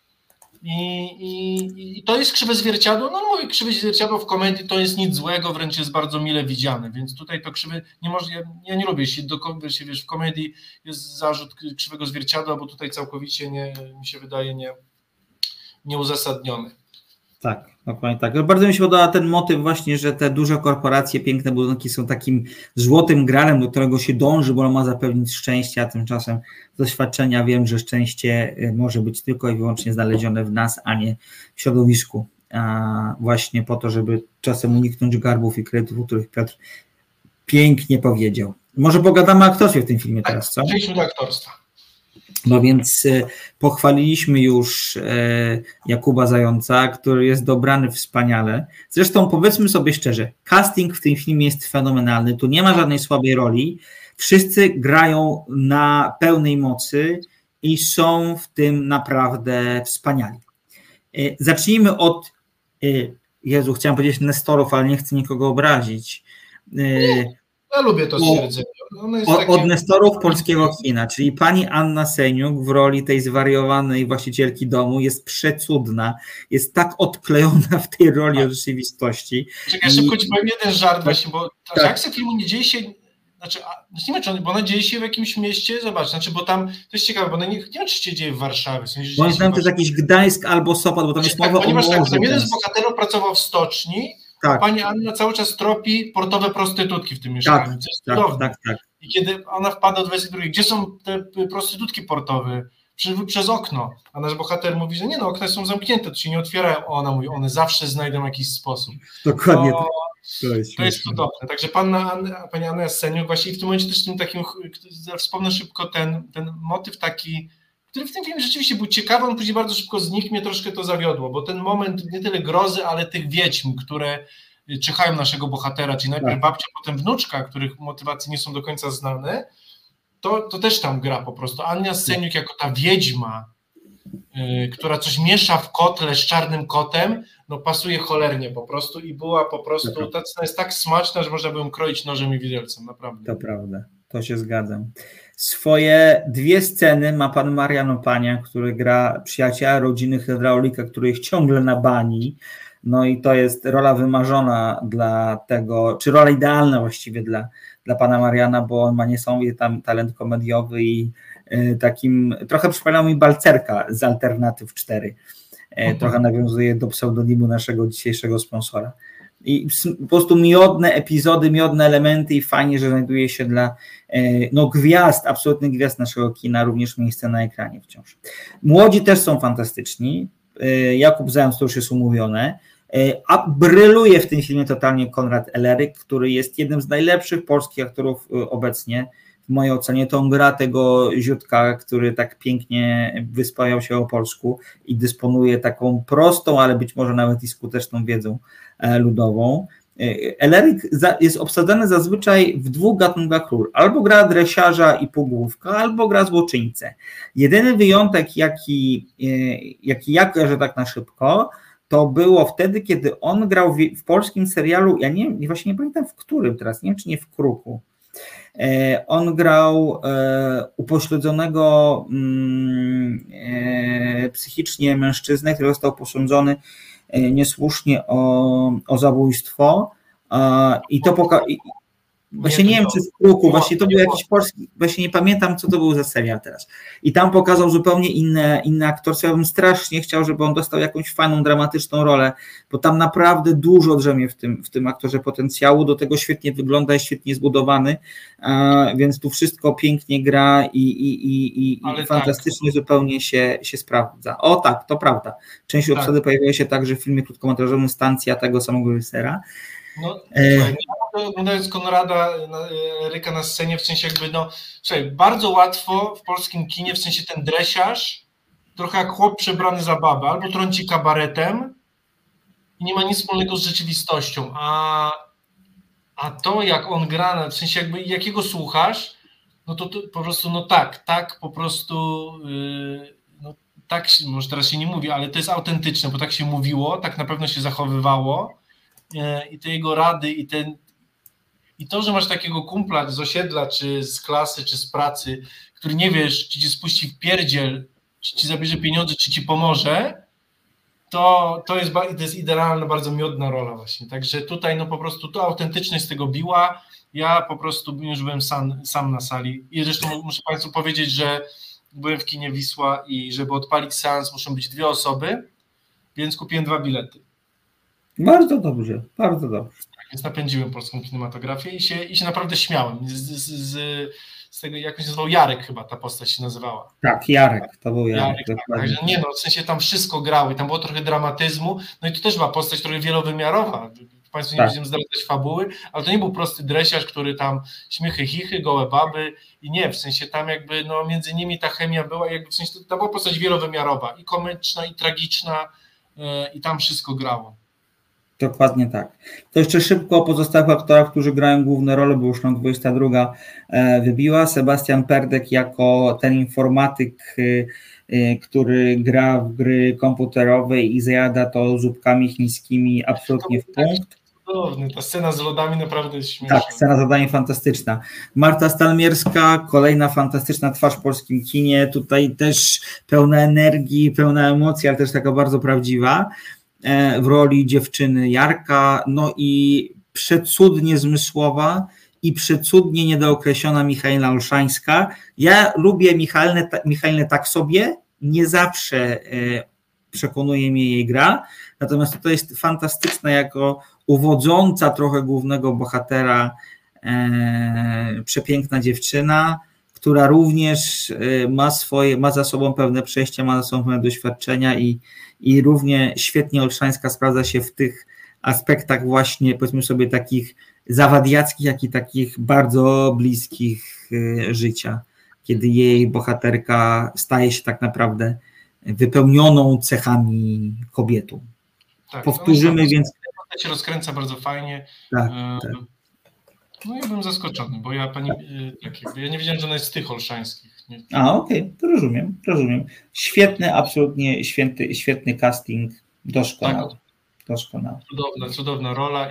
I to jest krzywe zwierciadło, no mówię, krzywe zwierciadło w komedii to jest nic złego, wręcz jest bardzo mile widziane, więc tutaj to krzywe, nie może, ja nie lubię, jeśli wiesz, w komedii jest zarzut krzywego zwierciadła, bo tutaj całkowicie mi się wydaje nieuzasadniony. Tak, dokładnie tak. Bardzo mi się podoba ten motyw właśnie, że te duże korporacje, piękne budynki są takim złotym gralem, do którego się dąży, bo on ma zapewnić szczęście, a tymczasem z doświadczenia wiem, że szczęście może być tylko i wyłącznie znalezione w nas, a nie w środowisku. Właśnie po to, żeby czasem uniknąć garbów i kredytów, o których Piotr pięknie powiedział. Może pogadamy o aktorstwie w tym filmie teraz, co? Przejdźmy do aktorstwa. No więc pochwaliliśmy już Jakuba Zająca, który jest dobrany wspaniale. Zresztą powiedzmy sobie szczerze, casting w tym filmie jest fenomenalny, tu nie ma żadnej słabej roli, wszyscy grają na pełnej mocy i są w tym naprawdę wspaniali. Zacznijmy od, Jezu, chciałem powiedzieć Nestorów, ale nie chcę nikogo obrazić. Ja lubię to stwierdzenie. Od Nestorów polskiego kina, czyli pani Anna Seniuk w roli tej zwariowanej właścicielki domu jest przecudna, jest tak odklejona w tej roli od rzeczywistości. Czekaj, szybko ci powiem jeden żart właśnie, bo akcja filmu nie dzieje się, znaczy nie wiem, czy bo ona dzieje się w jakimś mieście, zobacz, znaczy, bo tam, to jest ciekawe, bo ona nie wiem, czy się dzieje w Warszawie. W sensie, Moim zdaniem to jest jakiś Gdańsk albo Sopot, bo tam jest mowa o ponieważ morzu. Tam jeden z bohaterów pracował w stoczni, a pani Anna cały czas tropi portowe prostytutki w tym mieszkaniu, co jest cudowne. I kiedy ona wpada do 22, gdzie są te prostytutki portowe? Przez okno, a nasz bohater mówi, że nie, no okna są zamknięte, to się nie otwierają. Ona mówi, one zawsze znajdą jakiś sposób. Dokładnie. To jest cudowne. Także pani Anna Jaceniuk właśnie w tym momencie też tym takim, wspomnę szybko ten motyw taki, który w tym filmie rzeczywiście był ciekawy, on później bardzo szybko znikł, mnie troszkę to zawiodło, bo ten moment nie tyle grozy, ale tych wiedźm, które czyhają naszego bohatera, czyli najpierw babcia, potem wnuczka, których motywacje nie są do końca znane, to też tam gra po prostu. Ania Sceniuk jako ta wiedźma, która coś miesza w kotle z czarnym kotem, no pasuje cholernie po prostu i była po prostu, ta scena jest tak smaczna, że można by ją kroić nożem i widelcem, naprawdę. To prawda, to się zgadzam. Swoje 2 sceny ma pan Marian Opania, który gra przyjaciela rodziny hydraulika, który jest ciągle na bani. No i to jest rola wymarzona dla tego, czy rola idealna właściwie dla pana Mariana, bo on ma niesamowity tam talent komediowy i takim, trochę przypomniał mi Balcerka z Alternatyw 4. Trochę nawiązuje do pseudonimu naszego dzisiejszego sponsora. I po prostu miodne epizody, miodne elementy i fajnie, że znajduje się dla gwiazd, absolutnych gwiazd naszego kina, również miejsce na ekranie wciąż. Młodzi też są fantastyczni. Jakub Zając, to już jest umówione. A bryluje w tym filmie totalnie Konrad Elleryk, który jest jednym z najlepszych polskich aktorów obecnie. W mojej ocenie to on gra tego ziutka, który tak pięknie wyspajał się o polsku i dysponuje taką prostą, ale być może nawet i skuteczną wiedzą ludową. Elleryk jest obsadzany zazwyczaj w 2 gatunkach ról. Albo gra dresiarza i półgłówka, albo gra złoczyńcę. Jedyny wyjątek, jaki ja kojarzę tak na szybko, to było wtedy, kiedy on grał w polskim serialu, ja właśnie nie pamiętam w którym teraz, nie wiem czy nie w Kruku. On grał upośledzonego psychicznie mężczyznę, który został posądzony niesłusznie o zabójstwo i to właśnie nie wiem, czy w Kruku, właśnie to był jakiś polski, właśnie nie pamiętam, co to był za serial teraz. I tam pokazał zupełnie inne aktorstwo. Ja bym strasznie chciał, żeby on dostał jakąś fajną, dramatyczną rolę, bo tam naprawdę dużo drzemie w tym aktorze potencjału, do tego świetnie wygląda, jest świetnie zbudowany, więc tu wszystko pięknie gra i fantastycznie zupełnie się sprawdza. O tak, to prawda. Część obsady pojawiła się także w filmie krótkometrażowym Stacja tego samego reżysera. No, oglądając Konrada Elleryka na scenie, w sensie jakby, bardzo łatwo w polskim kinie, w sensie ten dresiarz, trochę jak chłop przebrany za babę, albo trąci kabaretem i nie ma nic wspólnego z rzeczywistością, a to jak on gra, w sensie jakby jakiego słuchasz, no to po prostu, tak po prostu, tak, może teraz się nie mówi, ale to jest autentyczne, bo tak się mówiło, tak na pewno się zachowywało. I te jego rady i to, że masz takiego kumpla z osiedla, czy z klasy, czy z pracy, który nie wiesz, czy ci spuści w pierdziel, czy ci zabierze pieniądze, czy ci pomoże, to jest idealna, bardzo miodna rola właśnie. Także tutaj po prostu to autentyczność z tego biła. Ja po prostu już byłem sam na sali i zresztą muszę Państwu powiedzieć, że byłem w kinie Wisła i żeby odpalić seans muszą być 2 osoby, więc kupiłem 2 bilety. Bardzo dobrze, bardzo dobrze. Tak, więc napędziłem polską kinematografię i się naprawdę śmiałem. Z tego, jak się nazywał, Jarek chyba ta postać się nazywała. Tak, Jarek, to był Jarek. Także w sensie tam wszystko grało i tam było trochę dramatyzmu, no i to też była postać trochę wielowymiarowa. Państwu nie będziemy zdradzać fabuły, ale to nie był prosty dresiarz, który tam śmiechy, chichy, gołe baby i nie, w sensie tam jakby między nimi ta chemia była, jakby w sensie to była postać wielowymiarowa i komyczna, i tragiczna i tam wszystko grało. Dokładnie tak. To jeszcze szybko o pozostałych aktorach, którzy grają główne role, bo już nam 22 wybiła. Sebastian Perdek jako ten informatyk, który gra w gry komputerowe i zajada to zupkami chińskimi absolutnie w punkt. Ta scena z lodami naprawdę jest śmieszna. Tak, scena z lodami fantastyczna. Marta Stalmierska, kolejna fantastyczna twarz w polskim kinie, tutaj też pełna energii, pełna emocji, ale też taka bardzo prawdziwa, w roli dziewczyny Jarka, no i przecudnie zmysłowa i przecudnie niedookreślona Michaela Olszańska. Ja lubię Michalinę tak sobie, nie zawsze przekonuje mnie jej gra, natomiast to jest fantastyczna jako uwodząca trochę głównego bohatera, przepiękna dziewczyna, która również ma za sobą pewne przejścia, ma za sobą pewne doświadczenia i równie świetnie Olszańska sprawdza się w tych aspektach właśnie, powiedzmy sobie, takich zawadiackich, jak i takich bardzo bliskich życia, kiedy jej bohaterka staje się tak naprawdę wypełnioną cechami kobietą. Tak, powtórzymy, więc... się rozkręca bardzo fajnie. Tak. No ja byłem zaskoczony, bo ja ja nie wiedziałem, że ona jest z tych Olszańskich. Okej, to rozumiem. Świetny, absolutnie świetny casting, doskonały. Tak. Doskonały. Cudowna rola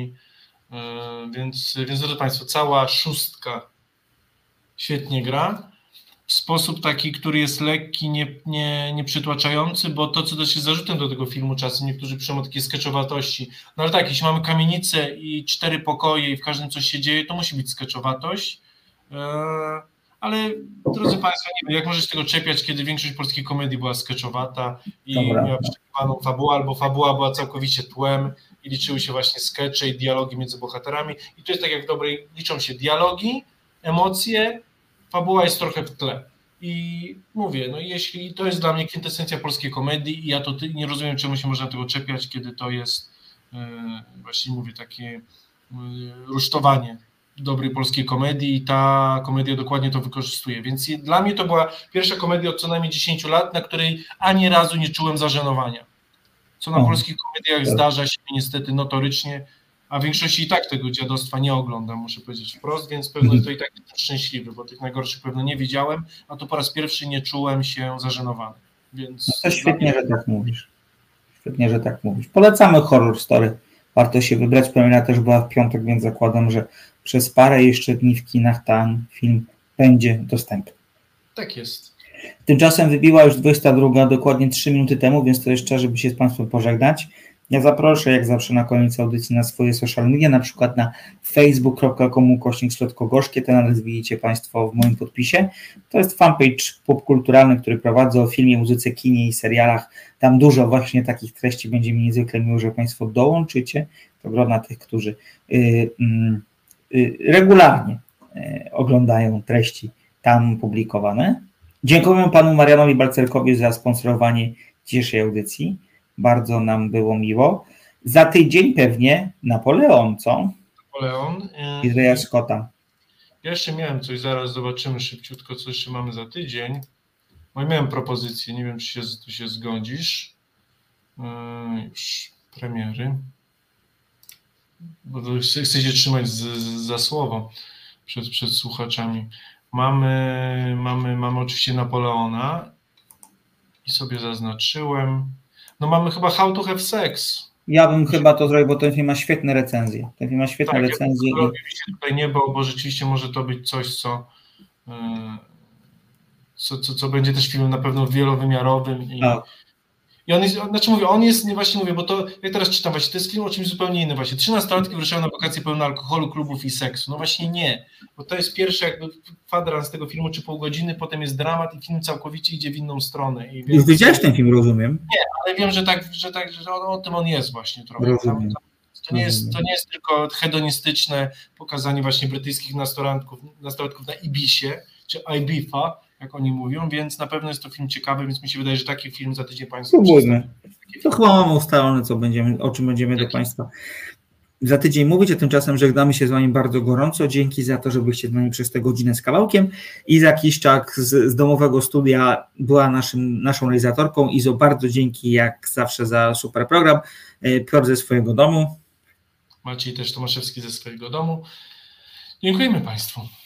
więc drodzy Państwo, cała szóstka świetnie gra w sposób taki, który jest lekki, nieprzytłaczający, bo to, co też jest zarzutem do tego filmu czasem, niektórzy piszą o takiej skeczowatości. No ale tak, jeśli mamy kamienicę i 4 pokoje i w każdym coś się dzieje, to musi być skeczowatość. Ale drodzy Państwo, nie wiem, jak możesz tego czepiać, kiedy większość polskiej komedii była skeczowata i miała przerywaną fabułę, albo fabuła była całkowicie tłem i liczyły się właśnie skecze i dialogi między bohaterami. I to jest tak jak w dobrej, liczą się dialogi, emocje, fabuła jest trochę w tle. I mówię, no jeśli to jest dla mnie kwintesencja polskiej komedii i ja to nie rozumiem, czemu się można tego czepiać, kiedy to jest właśnie, mówię, takie rusztowanie dobrej polskiej komedii i ta komedia dokładnie to wykorzystuje. Więc dla mnie to była pierwsza komedia od co najmniej 10 lat, na której ani razu nie czułem zażenowania. Co na polskich komediach zdarza się niestety notorycznie, a w większości i tak tego dziadostwa nie oglądam, muszę powiedzieć wprost, więc pewno to i tak jestem szczęśliwy, bo tych najgorszych pewno nie widziałem, a tu po raz pierwszy nie czułem się zażenowany. Więc no to świetnie, że tak mówisz. Świetnie, że tak mówisz. Polecamy Horror Story. Warto się wybrać. Premiera też była w piątek, więc zakładam, że przez parę jeszcze dni w kinach ten film będzie dostępny. Tak jest. Tymczasem wybiła już 22, dokładnie 3 minuty temu, więc to jest czas, żeby się z Państwem pożegnać. Ja zaproszę jak zawsze na koniec audycji na swoje social media, na przykład na facebook.com/Słodko-Gorzkie, ten adres widzicie Państwo w moim podpisie. To jest fanpage popkulturalny, który prowadzę o filmie, muzyce, kinie i serialach. Tam dużo właśnie takich treści, będzie mi niezwykle miło, że Państwo dołączycie do grona tych, którzy regularnie oglądają treści tam publikowane. Dziękuję Panu Marianowi Balcerkowi za sponsorowanie dzisiejszej audycji. Bardzo nam było miło. Za tydzień pewnie Napoleon, co? Napoleon. Ridleya Scotta. Ja jeszcze miałem coś, zaraz zobaczymy szybciutko, co jeszcze mamy za tydzień. No i miałem propozycję, nie wiem, czy tu się zgodzisz. Już premiery. Bo chcę się trzymać za słowo przed słuchaczami. Mamy oczywiście Napoleona i sobie zaznaczyłem. No mamy chyba How to Have Sex. Ja bym chyba to zrobił, bo ten film ma świetne recenzje. Ten film ma świetne recenzje. Ja tutaj nie, bo rzeczywiście może to być coś, co będzie też filmem na pewno wielowymiarowym. I on jest, znaczy mówię, bo to, jak teraz czytam właśnie, to jest film o czymś zupełnie innym właśnie. 13-latki wyruszają na wakacje pełne alkoholu, klubów i seksu. No właśnie nie, bo to jest pierwszy jakby kwadrans tego filmu, czy pół godziny, potem jest dramat i film całkowicie idzie w inną stronę. Już widziałeś ten film, rozumiem? Nie, ale wiem, że o tym on jest właśnie trochę. Rozumiem. To nie jest tylko hedonistyczne pokazanie właśnie brytyjskich nastolatków na Ibisie, czy Ibiza, jak oni mówią, więc na pewno jest to film ciekawy, więc mi się wydaje, że taki film za tydzień Państwu spróbujmy. To chyba mamy ustalone, o czym będziemy do Państwa za tydzień mówić, a tymczasem żegnamy się z Wami bardzo gorąco. Dzięki za to, że byliście z nami przez tę godzinę z kawałkiem. Iza Kiszczak z domowego studia była naszą realizatorką. Izo, bardzo dzięki jak zawsze za super program. Piotr ze swojego domu. Maciej też Tomaszewski ze swojego domu. Dziękujemy Państwu.